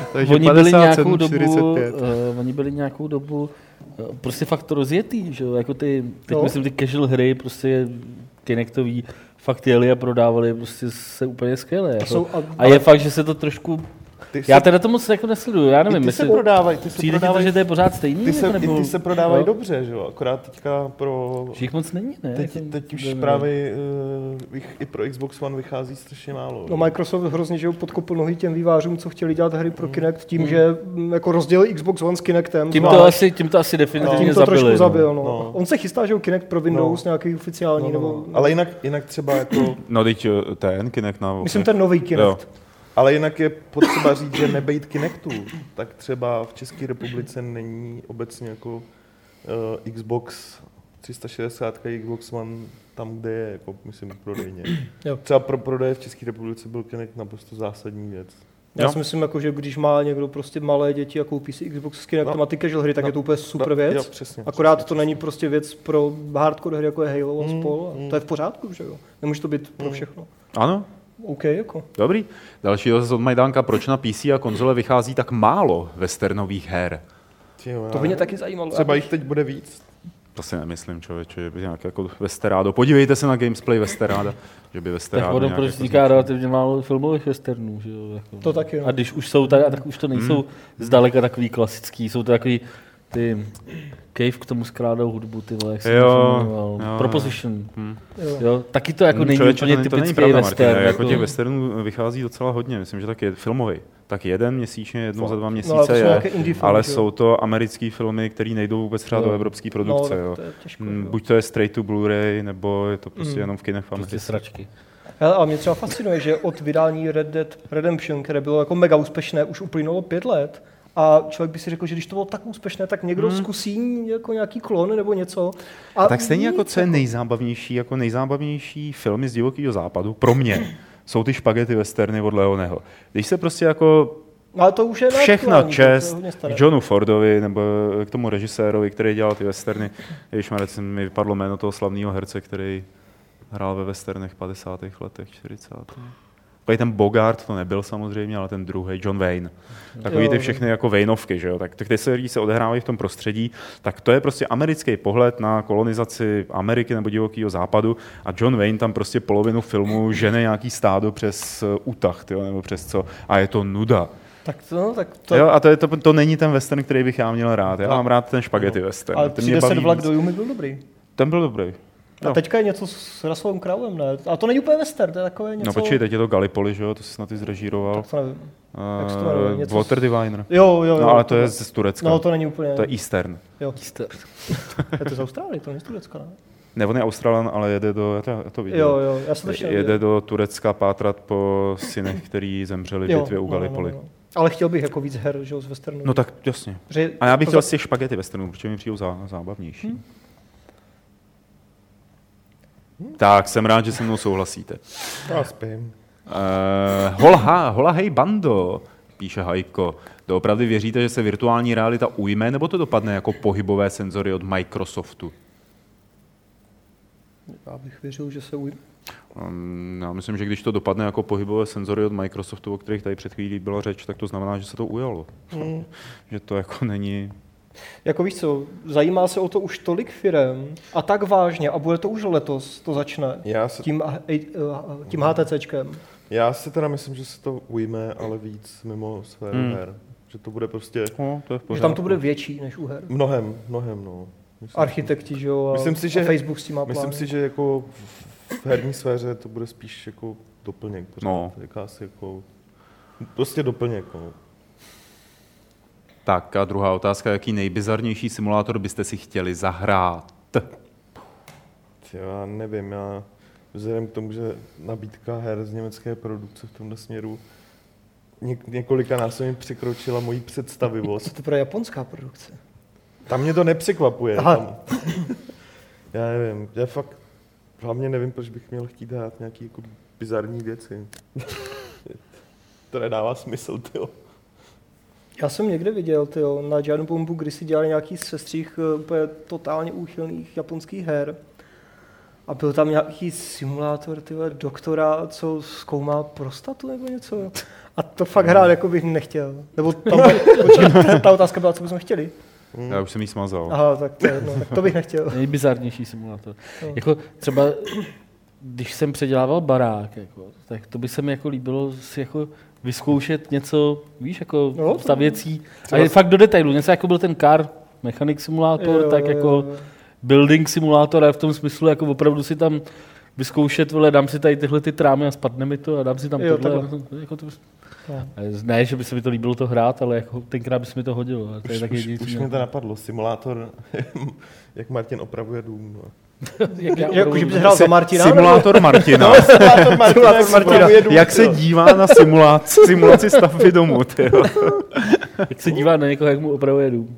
nějakou dobu prostě fakt rozjetý, že jo, jako teď myslím ty casual hry, prostě Kinectový fakt jeli a prodávali prostě se úplně skvěle. Jako. A je fakt, že se to trošku... Já teda to moc jako nesleduju, já nevím. Ty se prodávají. Přijde to, že to je pořád stejný? Ty se prodávají dobře, že jo, akorát teďka pro... Jich moc není, ne? Teď už právě i pro Xbox One vychází strašně málo. No Microsoft hrozně, že podkopl nohy těm vývářům, co chtěli dělat hry pro Kinect, tím, že jako rozdělil Xbox One s Kinectem. Tím to asi definitivně tím to trošku zabil, no. On se chystá, že Kinect pro Windows nějaký oficiální, nebo... Ale jinak třeba jako... No teď ten Kinect na... Myslím ten nový Kinect. Ale jinak je potřeba říct, že nebejt Kinectu, tak třeba v České republice není obecně jako Xbox 360 a Xbox One tam, kde je, jako myslím, prodejně. Třeba pro prodeje v České republice byl Kinect naprosto zásadní věc. Já si myslím, jako, že když má někdo prostě malé děti a koupí si Xbox s Kinectem a ty casual hry, tak je to úplně super věc. Jo, přesně, akorát to není prostě věc pro hardcore hry, jako je Halo a spol. To je v pořádku, že jo? Nemůže to být pro všechno. Ano. OK, jako. Dobrý. Další dotaz od Majdánka. Proč na PC a konzole vychází tak málo westernových her? To by mě taky zajímalo. Třeba jich teď bude víc. To si nemyslím, člověče, že by nějak jako Westerádo. Podívejte se na Gamesplay Westeráda, že by Westerádo nějak... Tak proč vzniká relativně málo filmových westernů, že jo? Jako. To taky, jo. A když už jsou tady, tak už to nejsou zdaleka takový klasický, jsou to takový ty... Cave k tomu skládou hudbu, ty vole, jak jsem jo. Proposition. Jo. Taky to jako není úplně typický western. Jako těch westernů vychází docela hodně, myslím, že tak je filmový. Tak jeden měsíčně, jednou za 2 měsíce je, ale jsou to americký filmy, které nejdou vůbec třeba do evropské produkce. Jo. To je těžko, buď to je straight to Blu-ray, nebo je to prostě jenom v kinech v Americe. Sračky. A mě třeba fascinuje, že od vydání Red Dead Redemption, které bylo jako mega úspěšné, už uplynulo 5 let A člověk by si řekl, že když to bylo tak úspěšné, tak někdo zkusí jako nějaký klon nebo něco. A tak stejně jako co je nejzábavnější filmy z divokého západu, pro mě, jsou ty špagety westerny od Leoneho. Když se prostě jako ale to už je všechna čest k Johnu Fordovi nebo k tomu režisérovi, který dělal ty westerny. Ježišmarec, mi vypadlo jméno toho slavného herce, který hrál ve westernech v 50. letech, 40. Ten Bogart to nebyl samozřejmě, ale ten druhý, John Wayne. Takový ty všechny jako Wayneovky, že jo? Tak ty se odehrávají v tom prostředí, tak to je prostě americký pohled na kolonizaci Ameriky nebo divokého západu a John Wayne tam prostě polovinu filmu žene nějaký stádo přes Utah, nebo přes co. A je to nuda. Tak to... Jo, a to není ten western, který bych já měl rád. Já mám rád ten špagety western. Ale 30 vlak do Jumy byl dobrý. Ten byl dobrý. A teďka je něco s Russellem Crowem, ne? A to není úplně western, to je takové něco... No počkej, teď je to Gallipoli, že jo? To jsi snad i zrežíroval. Tak to nevím. Jak se to jmenuje? Něco Water Diviner. Jo. No ale to je z Turecka. No to není úplně... To je Eastern. Jo. Eastern. Je to z Austrálie, to není z Turecka, ne? Ne, on je Australan, ale jede do... Já to viděl. Jo, já jsem to jede do Turecka pátrat po synech, který zemřeli v bitvě u Gallipoli. No. Ale chtěl bych jako víc her, že z westernu. No tak jasně. A já bych chtěl z těch špagety westernů, protože mi přijdou zábavnější. Tak, jsem rád, že se mnou souhlasíte. Já spím. Hola, hej bando, píše Hajko. Doopravdy věříte, že se virtuální realita ujme, nebo to dopadne jako pohybové senzory od Microsoftu? Já bych věřil, že se ujme. Já myslím, že když to dopadne jako pohybové senzory od Microsoftu, o kterých tady před chvílí byla řeč, tak to znamená, že se to ujalo. Že to jako není... Jako víš co, zajímá se o to už tolik firem a tak vážně a bude to už letos, to začne tím HTCčkem. Já si teda myslím, že se to ujme, ale víc mimo sféru her. Že to bude prostě... to je v pořádku. Že tam to bude větší než u her. Mnohem, no. Architekti, že jo, a Facebook s tím má plány. Myslím si, že jako v herní sféře to bude spíš jako doplněk. No. Jakási jako... Prostě doplněk, no. Tak a druhá otázka, jaký nejbizarnější simulátor byste si chtěli zahrát? Já nevím, vzhledem k tomu, že nabídka her z německé produkce v tomhle směru několikanásobně překročila moji představivost. Co to pro japonská produkce? Tam mě to nepřekvapuje. Já nevím, já fakt hlavně nevím, proč bych měl chtít hrát nějaký jako bizarní věci. To nedává smysl, tyjo. Já jsem někde viděl, na Giant Bombu, kdy si dělali nějaký sestřih úplně totálně úchylných japonských her. A byl tam nějaký simulátor doktora, co zkoumá prostatu nebo něco. A to fakt hrát jako bych nechtěl. Nebo tam, ta otázka byla, co bychom chtěli. Já už jsem jí smazal. Aha, tak to bych nechtěl. Nejbizarnější simulátor. Jako třeba, když jsem předělával barák, jako, tak to by se mi jako líbilo si jako vyzkoušet něco, víš, jako stavěcí. A je fakt do detailu. Něco jako byl ten car mechanic simulátor, tak jako building simulátor a v tom smyslu jako opravdu si tam vyzkoušet, dám si tady tyhle ty trámy a spadne mi to a dám si tam tohle. Jako to, ne, že by se mi to líbilo to hrát, ale jako tenkrát by se mi to hodilo. To je už mě to napadlo. Simulátor, jak Martin opravuje dům. No. Jako, že bys hrál za Martina? Simulátor Martina. Simulátor Martina. Jak se dívá na simulaci stavby domu. Jak se dívá na někoho, jak mu opravuje dům.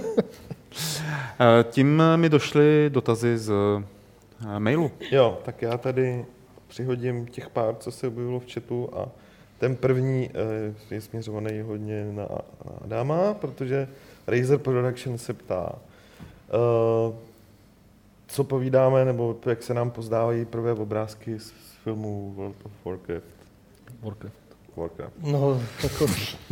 Tím mi došly dotazy z mailu. Jo, tak já tady přihodím těch pár, co se objevilo v chatu a ten první je směřovaný hodně na Adama, protože Razer Production se ptá, co povídáme, nebo jak se nám pozdávají prvé obrázky z filmu World of Warcraft. No, jako,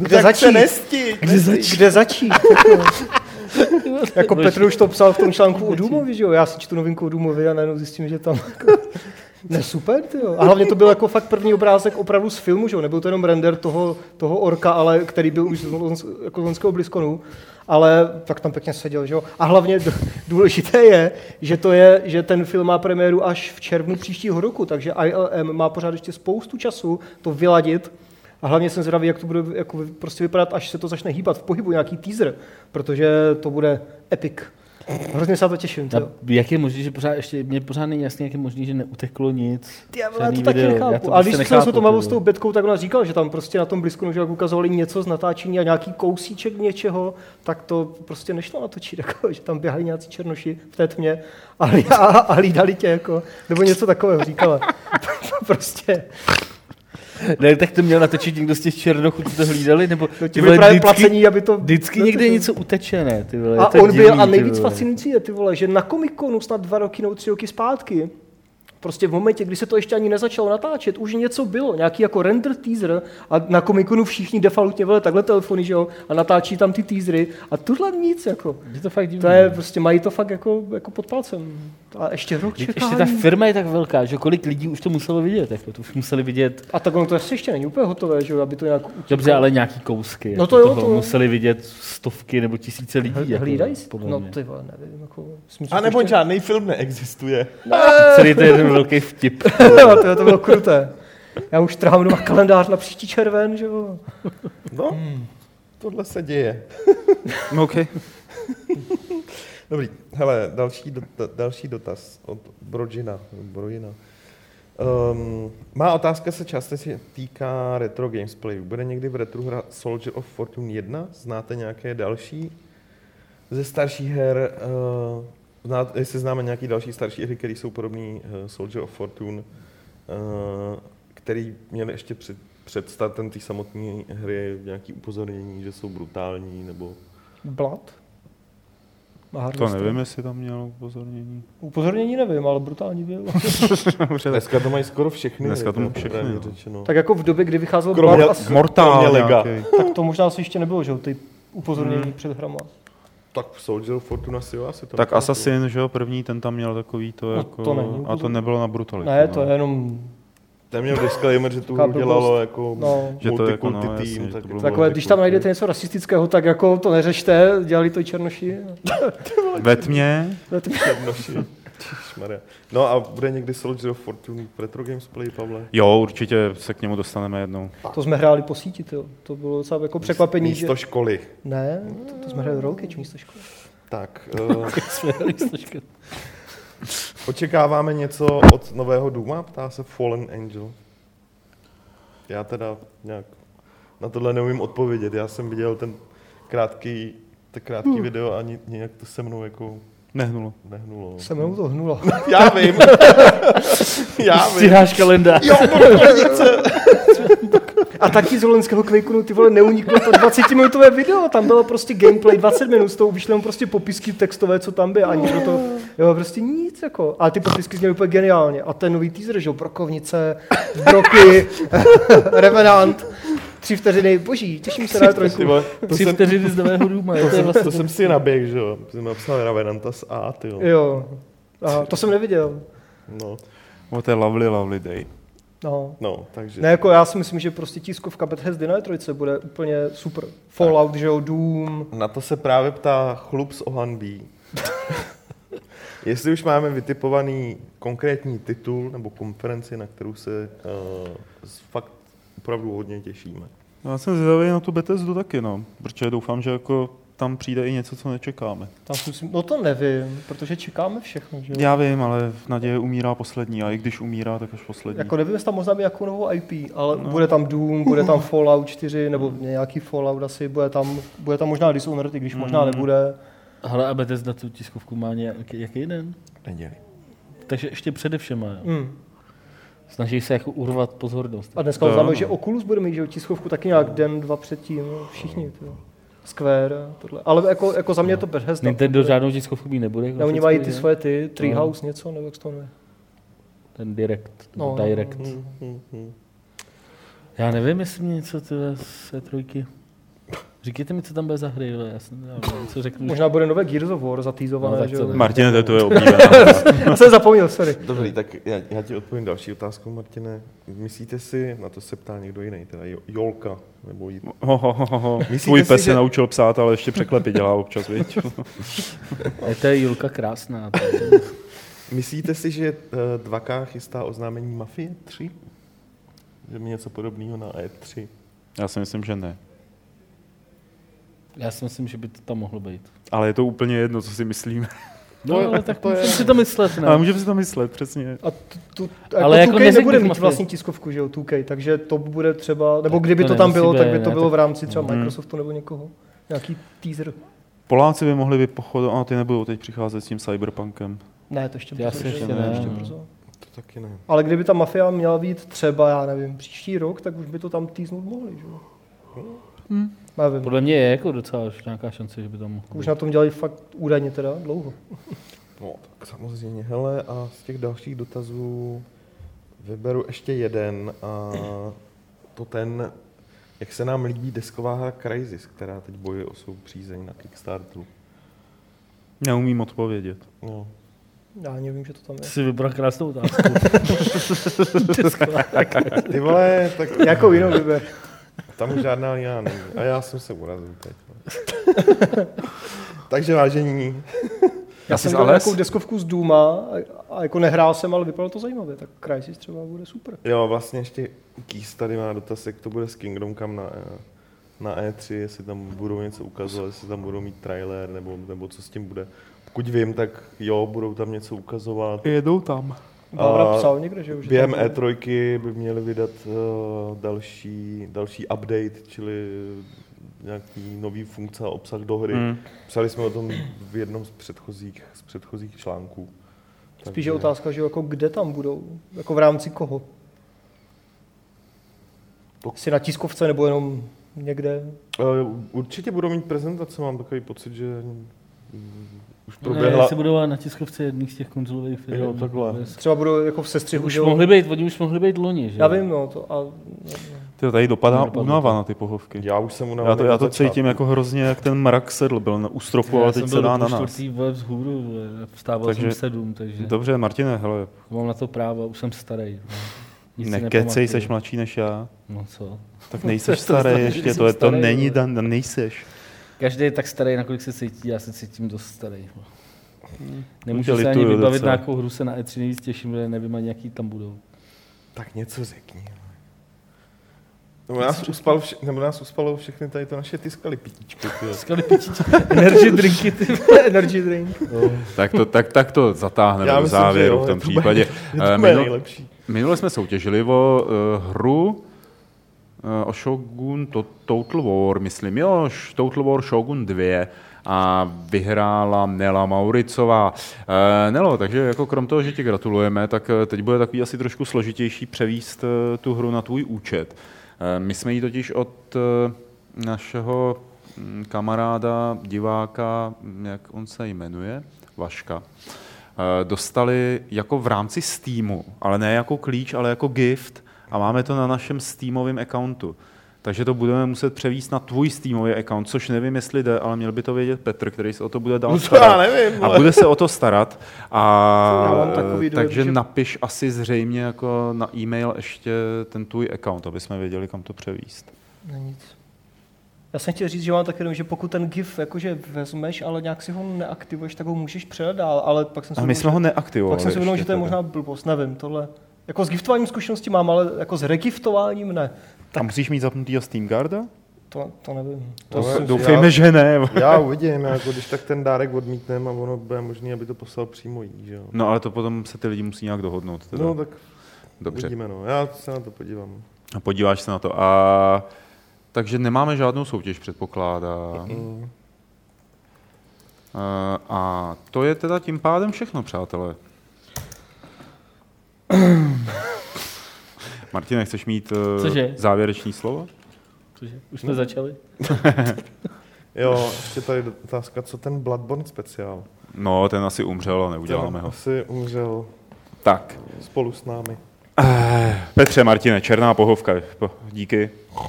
kde začít? Jako Petr už to psal v tom článku o Doomovi, že jo? Já si čtu novinku o Doomovi a najednou zjistím, že tam ne, super, tyjo. A hlavně to byl jako fakt první obrázek opravdu z filmu, že jo? Nebyl to jenom render toho orka, ale který byl už jako z loňského BlizzConu, ale tak tam pěkně seděl, že jo? A hlavně důležité je, že ten film má premiéru až v červnu příštího roku, takže ILM má pořád ještě spoustu času to vyladit. A hlavně jsem zvědavý, jak to bude jako prostě vypadat, až se to začne hýbat v pohybu, nějaký teaser, protože to bude epic. Hrozně se na to těším. Jak je možné, že mě pořád není jasný, jak je možné, že neuteklo nic. Já to taky nechápu. A když jsem se to bavil s tou Betkou, tak ona říkala, že tam prostě na tom blízku, že jak ukazovali něco z natáčení a nějaký kousíček něčeho, tak to prostě nešlo natočit, jako, že tam běhali nějací černoši v té tmě a hlídali tě, jako, nebo něco takového říkala. Prostě... Ne, tak to měl natočit někdo z těch černochů, co to hlídali, nebo ty vole, právě placení, aby to... Vždycky někde něco uteče, ne, ty vole. A on divný, byl, a nejvíc fascinující je, ty vole, že na Comic-Conu snad 2 roky nebo 3 roky zpátky, prostě v momentě, kdy se to ještě ani nezačalo natáčet, už něco bylo, nějaký jako render teaser a na Comic-Conu všichni defaultně vole takhle telefony, že jo, a natáčí tam ty teasery a tuhle nic, jako. Je to fakt divný. To je prostě, mají to fakt jako pod palcem. A ještě rok čekání. Ještě ta firma je tak velká, že kolik lidí už to muselo vidět, jako to už museli vidět. A tak ono to ještě není úplně hotové, že jo, aby to nějak utíkalo. Dobře, ale nějaký kousky. No to jo, to museli vidět stovky nebo tisíce lidí. Hlídají si? No ty vole, nevím, jako... A nebo ještě... žádný film neexistuje. Celý to je jeden velký vtip. No, to bylo kruté. Já už trhám doma kalendář na příští červen, že jo. No, tohle se děje. OK. Dobrý, hele, další dotaz od Brojina. Má otázka se často týká retro gamesplay. Bude někdy v retro hra Soldier of Fortune 1? Znáte nějaké další ze starších her? Jestli známe nějaké další starší hry, které jsou podobné Soldier of Fortune, který měli ještě před startem té samotné hry nějaké upozornění, že jsou brutální, nebo... Blood? To nevím, jestli tam mělo upozornění. Upozornění nevím, ale brutální byl. Dneska to mají skoro všechny. Dneska to mají všechny, Tak jako v době, kdy vycházel Blood, Mortal tak to možná asi ještě nebylo, že jo, ty upozornění před hrama. Tak Soldier of Fortune asi to. Tak Assassin, že jo, první, ten tam měl takový to no, jako... To není, a to nebylo na brutalitu. Ne, to je jenom... Ten měl disclaimer, že tu dělalo jako multikulty tým. Takové, když tam najdete něco rasistického, tak jako to neřešte, dělali to i černoši. Ve tmě. Černoši. No a bude někdy Soldier of Fortune v Retro Gamesplay, Pavle? Jo, určitě se k němu dostaneme jednou. To jsme hráli po síti, tyjo. To bylo docela jako překvapení. Místo školy. Ne, to jsme hráli Rollcage místo školy. Tak. Očekáváme něco od nového Dooma? Ptá se Fallen Angel. Já teda nějak na tohle neumím odpovědět. Já jsem viděl ten krátký video a nějak to se mnou jako... Nehnulo. Se mnou to hnulo. Já vím. Stříháš kalendář. Jo, A taky z loňského Quakeu, ty vole, neuniklo to 20-minutové video, tam bylo prostě gameplay 20 minut, z toho vyšly prostě popisky textové, co tam bylo, ani to, jo, prostě nic, jako, ale ty popisky zněly úplně geniálně. A ten nový teaser, že jo, Brokovnice, Broky, Revenant, 3 vteřiny, boží, těším se na trojku. 3 vteřiny z nového Dooma. To jsem si naběh, že jo, jsem napsal Revenanta s A, tyjo. Jo, aha, to jsem neviděl. No. To je lovely day. No, takže... Ne, jako já si myslím, že prostě tiskovka Bethesdy na E3 bude úplně super. Fallout, tak. Že jo, Doom. Na to se právě ptá Chlup z Ohanbí. Jestli už máme vytipovaný konkrétní titul nebo konferenci, na kterou se fakt opravdu hodně těšíme. Já jsem zvědavý na tu Bethesdu taky, no, protože doufám, že jako tam přijde i něco, co nečekáme. No to nevím, protože čekáme všechno, že jo? Já vím, ale naděje umírá poslední a i když umírá, tak až poslední. Jako nevím, jestli tam možná být jakou novou IP, ale bude tam Doom, bude tam Fallout 4, nebo nějaký Fallout asi, bude tam možná Dishonored, i když možná nebude. Hele, a Bethesda tu tiskovku má jaký den? Neděli. Takže ještě přede všema, jo? Snaží se jako urvat pozornost. A dneska známe, že Oculus bude mít, že tiskovku taky nějak den, 2 předtím, všichni. Square, tohle. Ale jako za mě to Bethesda. Nintendo žádnou tiskovku mít nebude. Ne, oni mají ty svoje Treehouse něco, nebo jak se to jmenuje? Ten Direct. Já nevím, jestli mě něco z E3. Říkejte mi, co tam bude za hry, já jsem něco řeknu. Možná bude nové Gears of War zatýzované. No, že jo? Martine, to je oblíbené. Já jsem zapomněl, sorry. Dobrý, tak já ti odpovím další otázku, Martine. Myslíte si, na to se ptá někdo jiný, teda Jolka, nebo jí... Tvůj pes se naučil psát, ale ještě překlepy dělá občas, viď? To je Julka krásná. Myslíte si, že 2K chystá oznámení Mafie 3? Že mi něco podobného na E3? Já si myslím, že ne. Já si myslím, že by to tam mohlo být. Ale je to úplně jedno, co si myslíme. No, ale tak to můžeme si to myslet, ne? Ale můžeme si to myslet, přesně. Ale jako 2K nebude mít vlastní tiskovku, že jo, 2K, takže to bude třeba, nebo kdyby to tam bylo, tak by to bylo v rámci třeba Microsoftu nebo někoho. Nějaký teaser. Poláci by mohli vypochodovat, ty nebudou teď přicházet s tím Cyberpunkem. Ne, to ještě brzo. To taky ne. Ale kdyby ta Mafia měla být třeba, já nevím, příští rok, tak už by to tam týznout mohli, že jo? Podle mě je jako docela nějaká šance, že by tam mohlo. Už na tom dělají fakt údajně teda dlouho. No, tak samozřejmě. Hele, a z těch dalších dotazů vyberu ještě jeden a to ten, jak se nám líbí desková hra Crysis, která teď bojuje o svou přízeň na Kickstarteru. Neumím odpovědět. No. Já nevím, že to tam je. Jsi vybral krásnou otázku. Ty vole, tak... Jakou jinou vyber? Tam už žádná jiná není. A já jsem se urazil teď. Takže vážení. Já jsem dělal nějakou deskovku z Dooma a jako nehrál jsem, ale vypadalo to zajímavě. Tak Crysis třeba bude super. Jo, vlastně ještě Keys tady má dotaz, jak to bude s Kingdom Come na E3, jestli tam budou něco ukazovat, jestli tam budou mít trailer, nebo co s tím bude. Pokud vím, tak jo, budou tam něco ukazovat. Jedou tam. Bávra psal někde, že už. Během E3 by měli vydat další update, čili nějaký nový funkce a obsah do hry. Psali jsme o tom v jednom z předchozích článků. Spíš je otázka, že jako kde tam budou, jako v rámci koho? Jsi na tiskovce nebo jenom někde? Určitě budou mít prezentace, mám takový pocit, že už proběhla. Ne, jestli budou na tiskovce jedných z těch konzolových firm. Jo, takhle. Třeba budou jako v sestřihu. Oni už mohli být loni, že? Já vím, no. Tady dopadá únava na ty pohovky. Já už jsem unavený. Já to cítím jako hrozně, jak ten mrak sedl, byl u stropu, ale teď se dá na nás. Já jsem byl do vzhůru, vstával jsem 7, takže... Dobře, Martine, hele. Mám na to právo, už jsem starý. Nekecej, seš mladší než já. No co? Tak nejseš starý ještě, to není dan, nejseš. Každý je tak starý, nakolik se cítí, já se cítím dost starý. Nemůžu se ani vybavit, na jakou hru se na E3 nejvíc těším, protože nevím ani, jaký tam budou. Tak něco řekni. Nás uspalo všechny tady to naše ty skalipitíčky. Energy drinky. Energy drink. Tak to zatáhneme do závěru v tom případě. Minule jsme soutěžili o hru o Shogun Total War, myslím, jo, Total War Shogun 2 a vyhrála Nela Mauricová. Nelo, takže jako krom toho, že ti gratulujeme, tak teď bude takový asi trošku složitější převíst tu hru na tvůj účet. My jsme ji totiž od našeho kamaráda, diváka, jak on se jmenuje, Vaška, dostali jako v rámci Steamu, ale ne jako klíč, ale jako gift a máme to na našem Steamovém accountu. Takže to budeme muset převést na tvůj Steamový account, což nevím, jestli jde, ale měl by to vědět Petr, který se o to bude dál starat. Já nevím, a bude se o to starat. Takže že... napiš asi zřejmě jako na e-mail ještě ten tvůj account, aby jsme věděli, kam to převést. No nic. Já jsem chtěl říct, že mám taky, že pokud ten GIF jakože vezmeš, ale nějak si ho neaktivuješ, tak ho můžeš předat dál, ale pak jsem si my jsme ho neaktivovali. Pak jsem si uvědomil, že to je možná blbost, nevím, tohle. Jako s giftováním zkušenosti mám, ale jako s regiftováním ne. Tak... A musíš mít zapnutýho Steam Guarda? To nevím. Doufejme, že ne. Já uvidím, jako když tak ten dárek odmítneme a ono bude možný, aby to poslal přímo jí, že jo. No ale to potom se ty lidi musí nějak dohodnout. Teda. No tak dobře. Uvidíme, no. Já se na to podívám. A podíváš se na to. Takže nemáme žádnou soutěž, předpokládám. A to je teda tím pádem všechno, přátelé. Martine, chceš mít závěrečný slovo? Cože? Už jsme začali? Jo, ještě tady otázka, co ten Bloodborne speciál? No, ten asi umřel a neuděláme ho. Asi umřel. Tak. Spolu s námi. Petře, Martine, černá pohovka. Díky.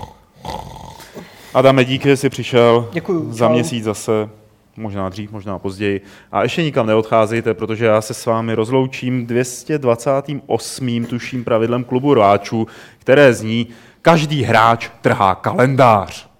Adame, díky, že jsi přišel. Děkuju. Za měsíc zase. Možná dřív, možná později. A ještě nikam neodcházejte, protože já se s vámi rozloučím 228. tuším pravidlem klubu rváčů, které zní: každý hráč trhá kalendář.